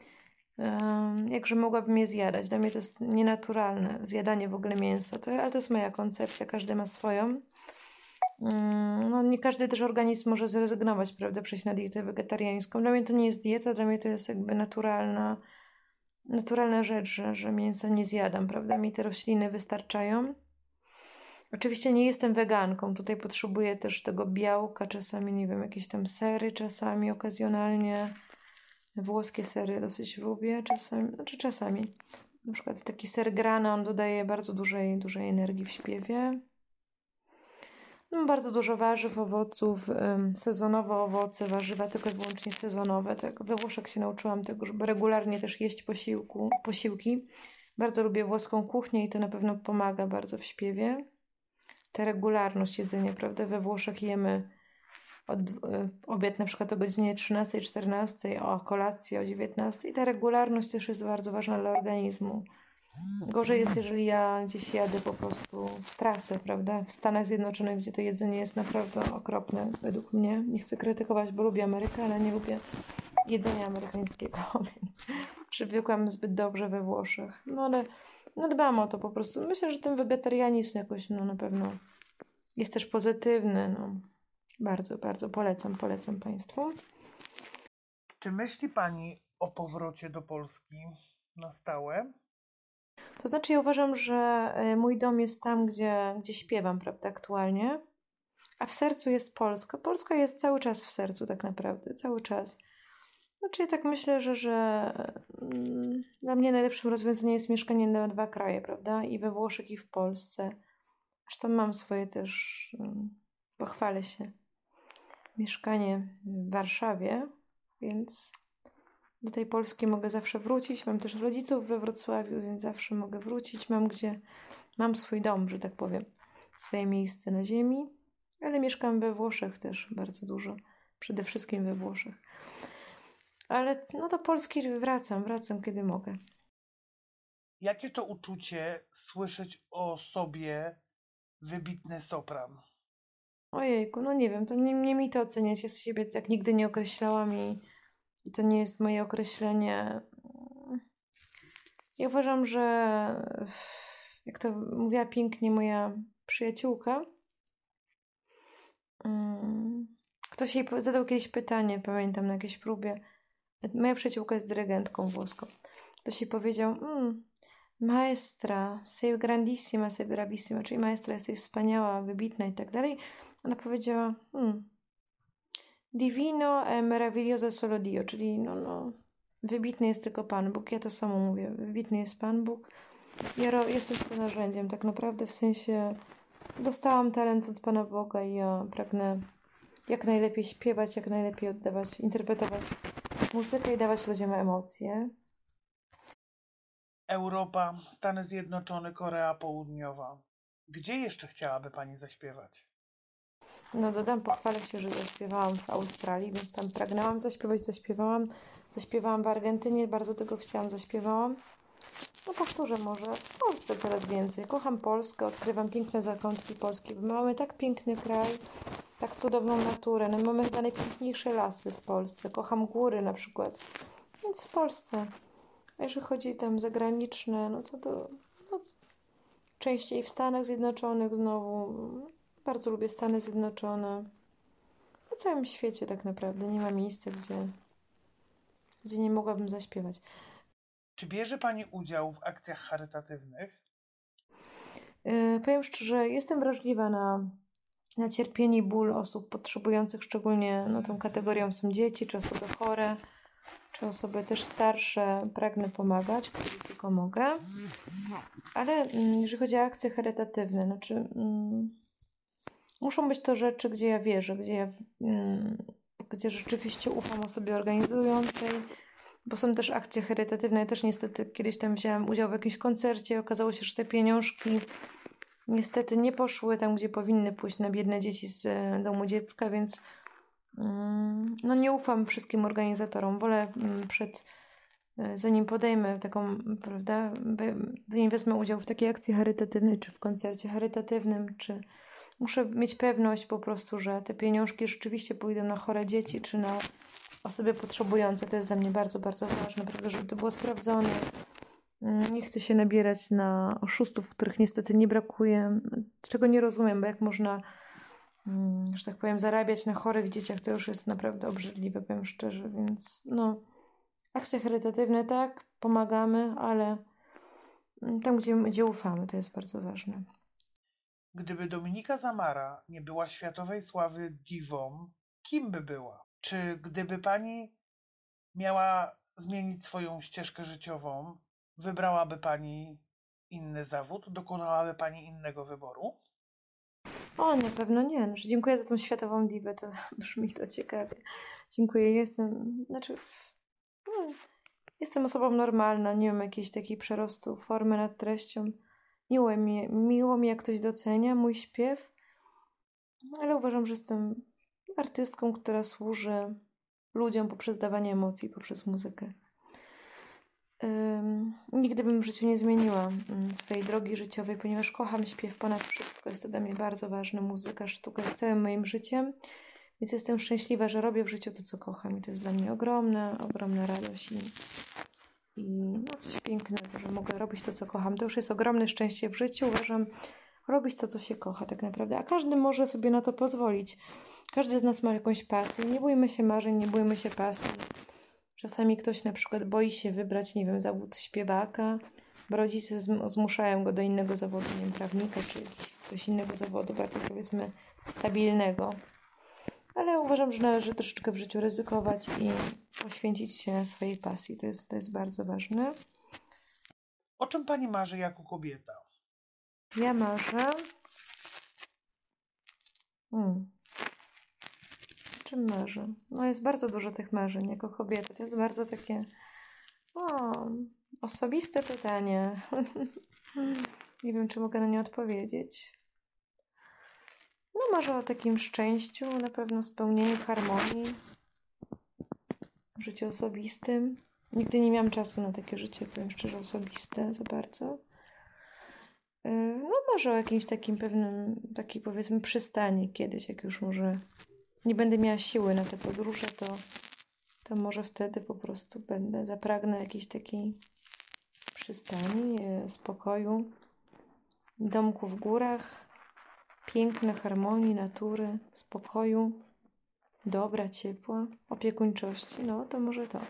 ym, jakże mogłabym je zjadać. Dla mnie to jest nienaturalne, zjadanie w ogóle mięsa. To, ale to jest moja koncepcja, każdy ma swoją. Mm, No, nie każdy też organizm może zrezygnować, prawda, przejść na dietę wegetariańską. Dla mnie to nie jest dieta, dla mnie to jest jakby naturalna, naturalna rzecz, że, że mięsa nie zjadam, prawda, mi te rośliny wystarczają. Oczywiście nie jestem weganką, tutaj potrzebuję też tego białka, czasami, nie wiem, jakieś tam sery, czasami, okazjonalnie. Włoskie sery dosyć lubię, czasami, znaczy czasami. Na przykład taki ser grana, on dodaje bardzo dużej, dużej energii w śpiewie. Mam bardzo dużo warzyw, owoców, ym, sezonowe owoce, warzywa, tylko i wyłącznie sezonowe. Tak, we Włoszech się nauczyłam tego, żeby regularnie też jeść posiłku, posiłki. Bardzo lubię włoską kuchnię i to na pewno pomaga bardzo w śpiewie. Ta regularność jedzenia, prawda? We Włoszech jemy od, y, obiad na przykład o godzinie trzynastej, czternastej, a kolację o dziewiętnastej. I ta regularność też jest bardzo ważna dla organizmu. Gorzej jest, jeżeli ja gdzieś jadę po prostu w trasę, prawda? W Stanach Zjednoczonych, gdzie to jedzenie jest naprawdę okropne, według mnie. Nie chcę krytykować, bo lubię Amerykę, ale nie lubię jedzenia amerykańskiego, więc przywykłam zbyt dobrze we Włoszech. No ale no dbam o to po prostu. Myślę, że ten wegetarianizm jakoś no na pewno jest też pozytywny. No. Bardzo, bardzo polecam, polecam Państwu. Czy myśli pani o powrocie do Polski na stałe? To znaczy ja uważam, że y, mój dom jest tam, gdzie, gdzie śpiewam, prawda, aktualnie. a w sercu jest Polska. Polska jest cały czas w sercu tak naprawdę, cały czas. Znaczy ja tak myślę, że, że mm, dla mnie najlepszym rozwiązaniem jest mieszkanie na dwa kraje, prawda? I we Włoszech, i w Polsce. Zresztą mam swoje też, um, pochwalę się, mieszkanie w Warszawie, więc do tej Polski mogę zawsze wrócić. Mam też rodziców we Wrocławiu, więc zawsze mogę wrócić. Mam gdzie, mam swój dom, że tak powiem, swoje miejsce na ziemi, ale mieszkam we Włoszech też bardzo dużo, przede wszystkim we Włoszech. Ale no do Polski wracam, wracam kiedy mogę. Jakie to uczucie słyszeć o sobie wybitny sopran? Ojejku, no nie wiem, to nie, nie mi to oceniać. Ja siebie tak nigdy nie określałam i, i to nie jest moje określenie. Ja uważam, że jak to mówiła pięknie moja przyjaciółka, um, ktoś jej zadał kiedyś pytanie, pamiętam, na jakiejś próbie. Moja przyjaciółka jest dyrygentką włoską. Ktoś jej powiedział, mm, maestra, sei grandissima, sei bravissima, czyli maestra, jesteś wspaniała, wybitna i tak dalej. Ona powiedziała, hmm, divino e meraviglioso solo Dio, czyli no, no, wybitny jest tylko Pan Bóg. Ja to samo mówię, wybitny jest Pan Bóg. Ja ro- jestem tylko narzędziem, tak naprawdę, w sensie dostałam talent od Pana Boga i ja pragnę jak najlepiej śpiewać, jak najlepiej oddawać, interpretować muzykę i dawać ludziom emocje. Europa, Stany Zjednoczone, Korea Południowa. Gdzie jeszcze chciałaby Pani zaśpiewać? No dodam, pochwalę się, że zaśpiewałam w Australii, więc tam pragnęłam zaśpiewać, zaśpiewałam. Zaśpiewałam w Argentynie, bardzo tego chciałam, zaśpiewałam. No powtórzę może, w Polsce coraz więcej. Kocham Polskę, odkrywam piękne zakątki Polski. My mamy tak piękny kraj, tak cudowną naturę. No, mamy chyba najpiękniejsze lasy w Polsce. Kocham góry na przykład. Więc w Polsce. A jeżeli chodzi tam zagraniczne, no to, to no, częściej w Stanach Zjednoczonych znowu. Bardzo lubię Stany Zjednoczone. Na całym świecie tak naprawdę. Nie ma miejsca, gdzie, gdzie nie mogłabym zaśpiewać. Czy bierze Pani udział w akcjach charytatywnych? Yy, powiem szczerze, jestem wrażliwa na, na cierpienie i ból osób potrzebujących, szczególnie no, tą kategorią są dzieci, czy osoby chore, czy osoby też starsze. Pragnę pomagać, kiedy tylko mogę. Ale mm, jeżeli chodzi o akcje charytatywne, znaczy mm, muszą być to rzeczy, gdzie ja wierzę, gdzie ja mm, gdzie rzeczywiście ufam osobie organizującej, bo są też akcje charytatywne. Ja też niestety kiedyś tam wzięłam udział w jakimś koncercie. Okazało się, że te pieniążki niestety nie poszły tam, gdzie powinny pójść, na biedne dzieci z e, domu dziecka, więc mm, no nie ufam wszystkim organizatorom. Wolę mm, przed, e, zanim podejmę taką, prawda, we- zanim wezmę udział w takiej akcji charytatywnej, czy w koncercie charytatywnym, czy muszę mieć pewność po prostu, że te pieniążki rzeczywiście pójdą na chore dzieci, czy na osoby potrzebujące. To jest dla mnie bardzo, bardzo ważne, prawda, żeby to było sprawdzone. Mm, Nie chcę się nabierać na oszustów, których niestety nie brakuje, czego nie rozumiem, bo jak można, mm, że tak powiem, zarabiać na chorych dzieciach, to już jest naprawdę obrzydliwe, powiem szczerze, więc no, akcje charytatywne tak, pomagamy, ale mm, tam, gdzie, gdzie ufamy, to jest bardzo ważne. Gdyby Dominika Zamara nie była światowej sławy diwą, kim by była? Czy gdyby Pani miała zmienić swoją ścieżkę życiową, wybrałaby Pani inny zawód? Dokonałaby Pani innego wyboru? O, na pewno nie. Znaczy, dziękuję za tą światową diwę, to brzmi to ciekawie. Dziękuję, jestem, znaczy, no, jestem osobą normalną, nie mam jakiejś takiej przerostu formy nad treścią. Miło mi, miło mi, jak ktoś docenia mój śpiew, ale uważam, że jestem artystką, która służy ludziom poprzez dawanie emocji, poprzez muzykę. Ym, nigdy bym w życiu nie zmieniła ym, swojej drogi życiowej, ponieważ kocham śpiew ponad wszystko. Jest to dla mnie bardzo ważne. Muzyka, sztuka jest całym moim życiem, więc jestem szczęśliwa, że robię w życiu to, co kocham. I to jest dla mnie ogromna, ogromna radość i, i no coś pięknego, że mogę robić to, co kocham. To już jest ogromne szczęście w życiu. Uważam, robić to, co się kocha tak naprawdę. A każdy może sobie na to pozwolić. Każdy z nas ma jakąś pasję. Nie bójmy się marzeń, nie bójmy się pasji. Czasami ktoś na przykład boi się wybrać, nie wiem, zawód śpiewaka, bo rodzice zm- zmuszają go do innego zawodu, nie wiem, prawnika czy jakiegoś innego zawodu, bardziej powiedzmy stabilnego. Ale uważam, że należy troszeczkę w życiu ryzykować i poświęcić się swojej pasji. To jest, to jest bardzo ważne. O czym pani marzy jako kobieta? Ja marzę... Hmm. O czym marzę? No jest bardzo dużo tych marzeń jako kobieta. To jest bardzo takie o, osobiste pytanie. Nie wiem, czy mogę na nie odpowiedzieć. No marzę o takim szczęściu, na pewno spełnieniu, harmonii w życiu osobistym. Nigdy nie miałam czasu na takie życie, powiem szczerze, osobiste za bardzo. No może o jakimś takim pewnym, taki powiedzmy przystani kiedyś, jak już może nie będę miała siły na te podróże, to, to może wtedy po prostu będę, zapragnę jakiejś takiej przystani, spokoju, domku w górach, piękne harmonii, natury, spokoju, dobra, ciepła, opiekuńczości. No to może to.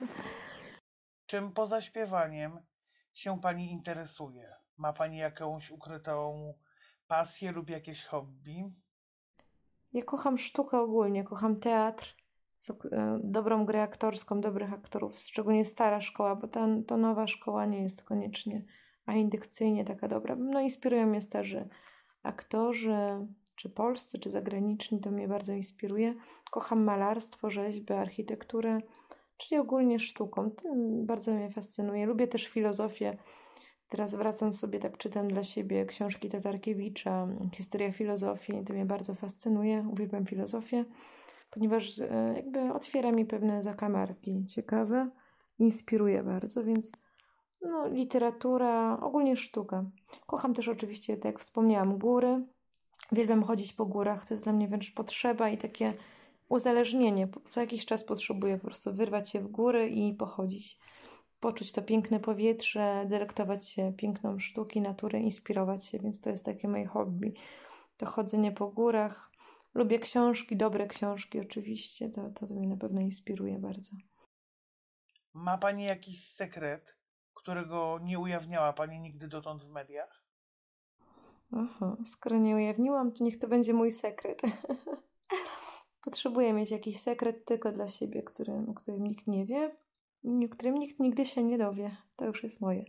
Czym poza śpiewaniem się pani interesuje? Ma pani jakąś ukrytą pasję lub jakieś hobby? Ja kocham sztukę ogólnie, kocham teatr, dobrą grę aktorską, dobrych aktorów, szczególnie stara szkoła, bo ta to nowa szkoła nie jest koniecznie, a indukcyjnie taka dobra. No inspirują mnie starzy aktorzy, czy polscy, czy zagraniczni, to mnie bardzo inspiruje. Kocham malarstwo, rzeźbę, architekturę, czyli ogólnie sztuką. To bardzo mnie fascynuje. Lubię też filozofię. Teraz wracam sobie, tak czytam dla siebie książki Tatarkiewicza, historia filozofii. To mnie bardzo fascynuje. Uwielbiam filozofię, ponieważ jakby otwiera mi pewne zakamarki ciekawe, inspiruje bardzo, więc no, literatura, ogólnie sztuka. Kocham też oczywiście, tak jak wspomniałam, góry. Uwielbiam chodzić po górach, to jest dla mnie wręcz potrzeba i takie uzależnienie. Co jakiś czas potrzebuję po prostu wyrwać się w góry i pochodzić. Poczuć to piękne powietrze, delektować się piękną sztuki, natury, inspirować się, więc to jest takie moje hobby. To chodzenie po górach. Lubię książki, dobre książki oczywiście, to, to, to mnie na pewno inspiruje bardzo. Ma pani jakiś sekret, którego nie ujawniała pani nigdy dotąd w mediach? Aha, skoro nie ujawniłam, to niech to będzie mój sekret. Potrzebuję mieć jakiś sekret tylko dla siebie, którym, o którym nikt nie wie, o którym nikt nigdy się nie dowie. To już jest moje.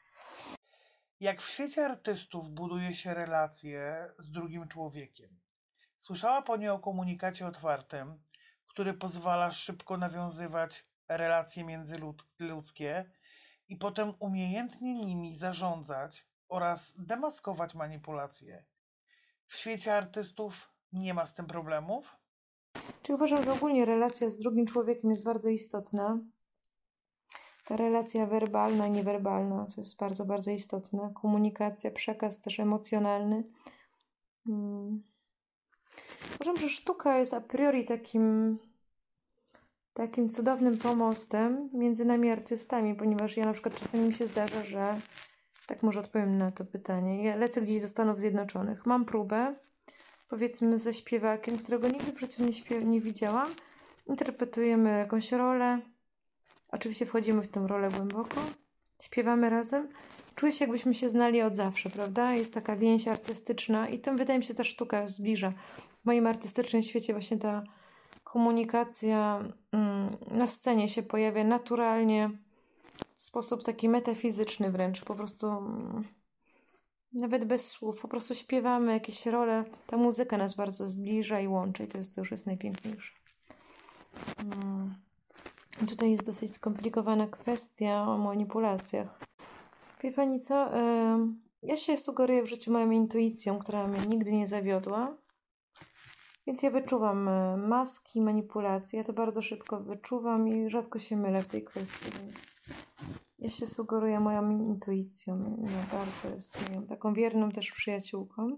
Jak w świecie artystów buduje się relacje z drugim człowiekiem? Słyszała pani o komunikacie otwartym, który pozwala szybko nawiązywać relacje międzyludzkie i potem umiejętnie nimi zarządzać oraz demaskować manipulacje. W świecie artystów nie ma z tym problemów? Czyli uważam, że ogólnie relacja z drugim człowiekiem jest bardzo istotna. Ta relacja werbalna i niewerbalna, to jest bardzo, bardzo istotne. Komunikacja, przekaz też emocjonalny. Hmm. Uważam, że sztuka jest a priori takim, takim cudownym pomostem między nami artystami, ponieważ ja na przykład czasami mi się zdarza, że tak może odpowiem na to pytanie. Ja lecę gdzieś do Stanów Zjednoczonych. Mam próbę, powiedzmy ze śpiewakiem, którego nigdy przecież nie, śpiew- nie widziałam. Interpretujemy jakąś rolę. Oczywiście wchodzimy w tę rolę głęboko. Śpiewamy razem. Czuję się, jakbyśmy się znali od zawsze, prawda? Jest taka więź artystyczna i tym wydaje mi się ta sztuka zbliża. W moim artystycznym świecie właśnie ta komunikacja mm, na scenie się pojawia naturalnie, w sposób taki metafizyczny wręcz, po prostu mm, nawet bez słów, po prostu śpiewamy jakieś role, ta muzyka nas bardzo zbliża i łączy i to, jest, to już jest najpiękniejsze. Mm. Tutaj jest dosyć skomplikowana kwestia o manipulacjach. Wie pani co? Ja się sugeruję w życiu moją intuicją, która mnie nigdy nie zawiodła. Więc ja wyczuwam maski, manipulacje. Ja to bardzo szybko wyczuwam i rzadko się mylę w tej kwestii. Więc ja się sugeruję moją intuicją. Ja bardzo jest moją taką wierną też przyjaciółką.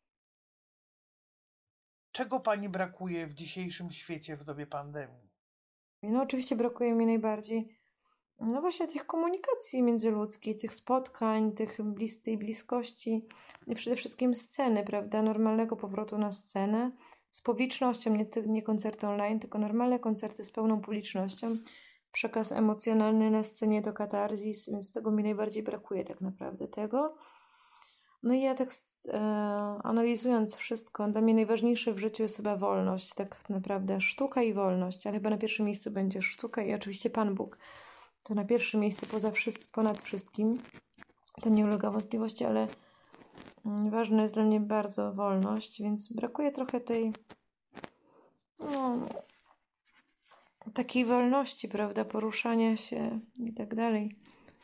Czego pani brakuje w dzisiejszym świecie w dobie pandemii? No oczywiście brakuje mi najbardziej no właśnie tych komunikacji międzyludzkich, tych spotkań, tych blis- tej bliskości i przede wszystkim sceny, prawda, normalnego powrotu na scenę z publicznością, nie, ty- nie koncerty online, tylko normalne koncerty z pełną publicznością, przekaz emocjonalny na scenie do katarzis, więc tego mi najbardziej brakuje tak naprawdę tego. No i ja tak e, analizując wszystko, dla mnie najważniejsze w życiu jest chyba wolność, tak naprawdę sztuka i wolność, ale chyba na pierwszym miejscu będzie sztuka i oczywiście Pan Bóg. To na pierwszym miejscu poza wszyst- ponad wszystkim, to nie ulega wątpliwości, ale mm, ważna jest dla mnie bardzo wolność, więc brakuje trochę tej no, takiej wolności, prawda, poruszania się i tak dalej.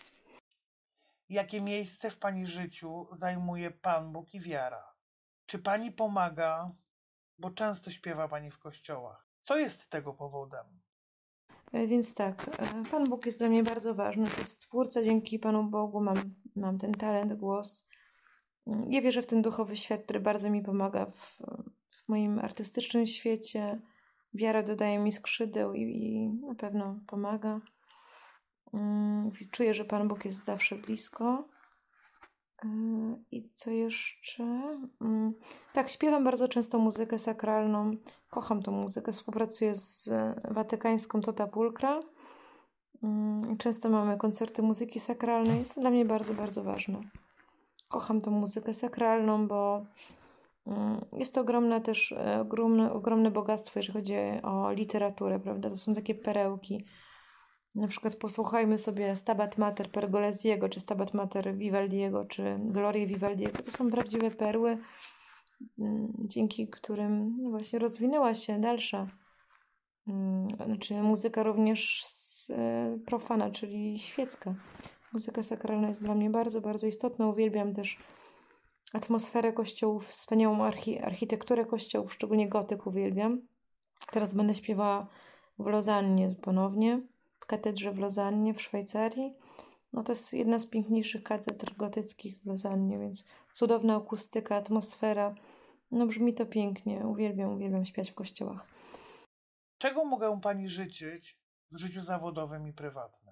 Jakie miejsce w Pani życiu zajmuje Pan Bóg i wiara? Czy Pani pomaga, bo często śpiewa Pani w kościołach? Co jest tego powodem? E, Więc tak, e, Pan Bóg jest dla mnie bardzo ważny. To jest Stwórca, dzięki Panu Bogu mam, mam ten talent, głos. Mm, Ja wierzę w ten duchowy świat, który bardzo mi pomaga w, w moim artystycznym świecie. Wiara dodaje mi skrzydeł i, i na pewno pomaga. Mm, Czuję, że Pan Bóg jest zawsze blisko. E, I co jeszcze? Mm, Tak, śpiewam bardzo często muzykę sakralną. Kocham tą muzykę. Współpracuję z e, watykańską Tota Pulchra. Mm, Często mamy koncerty muzyki sakralnej. Jest to dla mnie bardzo, bardzo ważne. Kocham tą muzykę sakralną, bo mm, jest to ogromne też, e, ogromne, ogromne bogactwo, jeżeli chodzi o literaturę, prawda? To są takie perełki. Na przykład posłuchajmy sobie Stabat Mater Pergolesiego, czy Stabat Mater Vivaldiego, czy Glorię Vivaldiego. To są prawdziwe perły, mm, dzięki którym no właśnie rozwinęła się dalsza mm, znaczy muzyka również s- e, profana, czyli świecka. Muzyka sakralna jest dla mnie bardzo, bardzo istotna. Uwielbiam też atmosferę kościołów, wspaniałą archi- architekturę kościołów, szczególnie gotyk uwielbiam. Teraz będę śpiewała w Lozannie ponownie, w katedrze w Lozannie w Szwajcarii. No to jest jedna z piękniejszych katedr gotyckich w Lozannie, więc cudowna akustyka, atmosfera. No brzmi to pięknie. Uwielbiam, uwielbiam śpiewać w kościołach. Czego mogę Pani życzyć w życiu zawodowym i prywatnym?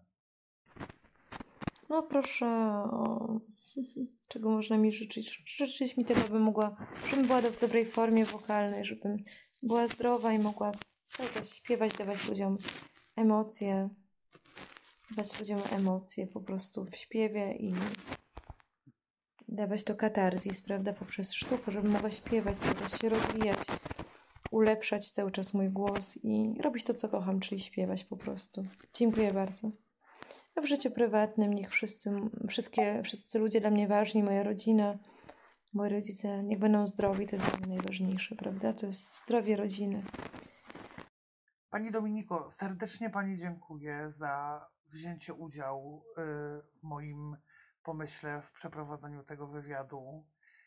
No proszę o... Czego można mi życzyć? Życzyć mi tego, bym mogła, żebym była w dobrej formie wokalnej, żebym była zdrowa i mogła cały czas śpiewać, dawać ludziom emocje, dawać ludziom emocje po prostu w śpiewie i dawać to katarzis, prawda, poprzez sztukę, żebym mogła śpiewać, cały czas się rozwijać, ulepszać cały czas mój głos i robić to, co kocham, czyli śpiewać po prostu. Dziękuję bardzo. A w życiu prywatnym niech wszyscy, wszystkie, wszyscy ludzie dla mnie ważni, moja rodzina, moi rodzice, niech będą zdrowi, to jest dla mnie najważniejsze, prawda? To jest zdrowie rodziny. Pani Dominiko, serdecznie Pani dziękuję za wzięcie udziału y, w moim pomyśle w przeprowadzeniu tego wywiadu.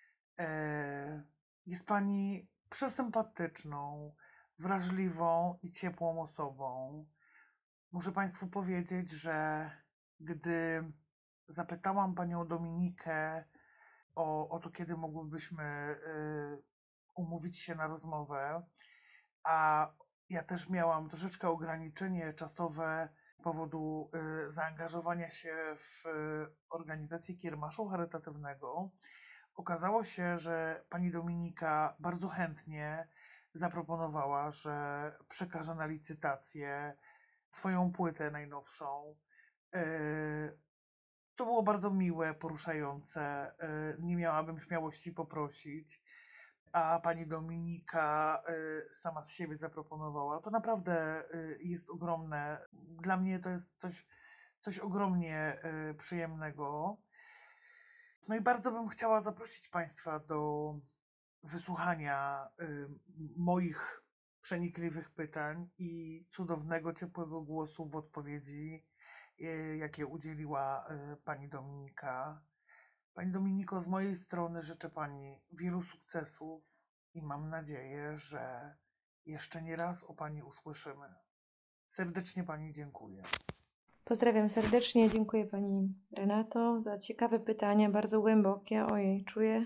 E, Jest Pani przesympatyczną, wrażliwą i ciepłą osobą. Muszę Państwu powiedzieć, że gdy zapytałam Panią Dominikę o, o to, kiedy mogłybyśmy y, umówić się na rozmowę, a ja też miałam troszeczkę ograniczenie czasowe z powodu y, zaangażowania się w y, organizację kiermaszu charytatywnego. Okazało się, że Pani Dominika bardzo chętnie zaproponowała, że przekaże na licytację swoją płytę najnowszą. Y, To było bardzo miłe, poruszające. y, Nie miałabym śmiałości poprosić, a Pani Dominika y, sama z siebie zaproponowała. To naprawdę y, jest ogromne. Dla mnie to jest coś, coś ogromnie y, przyjemnego. No i bardzo bym chciała zaprosić Państwa do wysłuchania y, moich przenikliwych pytań i cudownego, ciepłego głosu w odpowiedzi, y, jakie udzieliła y, Pani Dominika. Pani Dominiko, z mojej strony życzę Pani wielu sukcesów i mam nadzieję, że jeszcze nie raz o Pani usłyszymy. Serdecznie Pani dziękuję. Pozdrawiam serdecznie, dziękuję Pani Renato za ciekawe pytania, bardzo głębokie. Ojej, czuję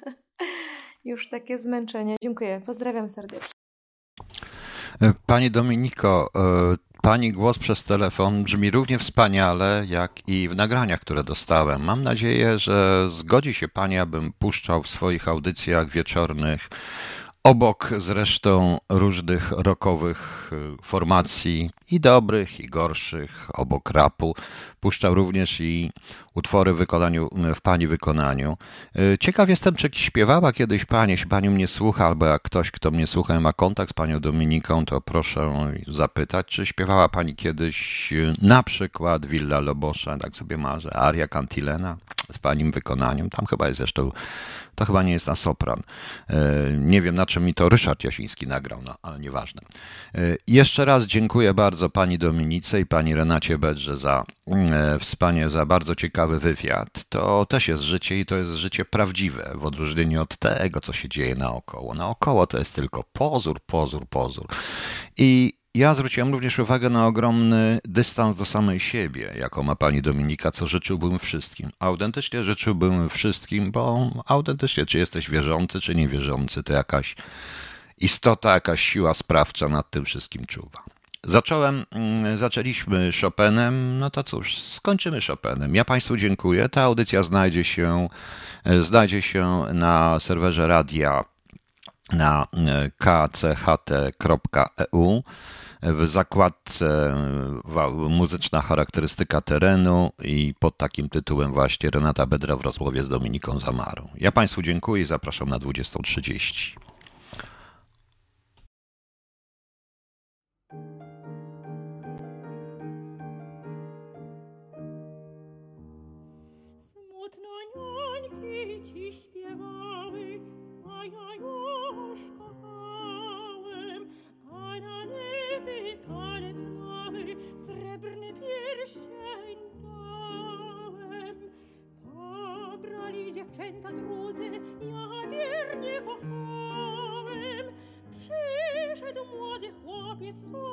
już takie zmęczenie. Dziękuję, pozdrawiam serdecznie. Pani Dominiko, e, Pani głos przez telefon brzmi równie wspaniale, jak i w nagraniach, które dostałem. Mam nadzieję, że zgodzi się Pani, abym puszczał w swoich audycjach wieczornych Obok zresztą różnych rockowych formacji, i dobrych, i gorszych, obok rapu, puszczał również i utwory w wykonaniu, w pani wykonaniu. Ciekaw jestem, czy śpiewała kiedyś pani, jeśli pani mnie słucha, albo jak ktoś, kto mnie słucha, ma kontakt z panią Dominiką, to proszę zapytać, czy śpiewała pani kiedyś na przykład Villa Lobosza, tak sobie marzę, aria Cantilena z panim wykonaniem. Tam chyba jest zresztą, to chyba nie jest na sopran. Nie wiem, na czym mi to Ryszard Jasiński nagrał, no, ale nieważne. Jeszcze raz dziękuję bardzo pani Dominice i pani Renacie Bedrze za wspaniale, za bardzo ciekawy wywiad. To też jest życie i to jest życie prawdziwe, w odróżnieniu od tego, co się dzieje naokoło. Naokoło to jest tylko pozór, pozór, pozór. I ja zwróciłem również uwagę na ogromny dystans do samej siebie, jaką ma pani Dominika, co życzyłbym wszystkim. Autentycznie życzyłbym wszystkim, bo autentycznie, czy jesteś wierzący, czy niewierzący, to jakaś istota, jakaś siła sprawcza nad tym wszystkim czuwa. Zacząłem, zaczęliśmy Chopinem, no to cóż, skończymy Chopinem. Ja państwu dziękuję. Ta audycja znajdzie się, znajdzie się na serwerze radia na k c h t kropka e u. W zakładce muzyczna charakterystyka terenu i pod takim tytułem właśnie Renata Bedra w rozmowie z Dominiką Zamarą. Ja państwu dziękuję i zapraszam na dwudziestą trzydzieści. Smutno niańki ci śpiewały, a ja już kochałem, a na lewy palec mały srebrny pierścień dałem. Pobrali dziewczęta drudzy, ja wiernie kochałem. Przyszedł młody chłopiec,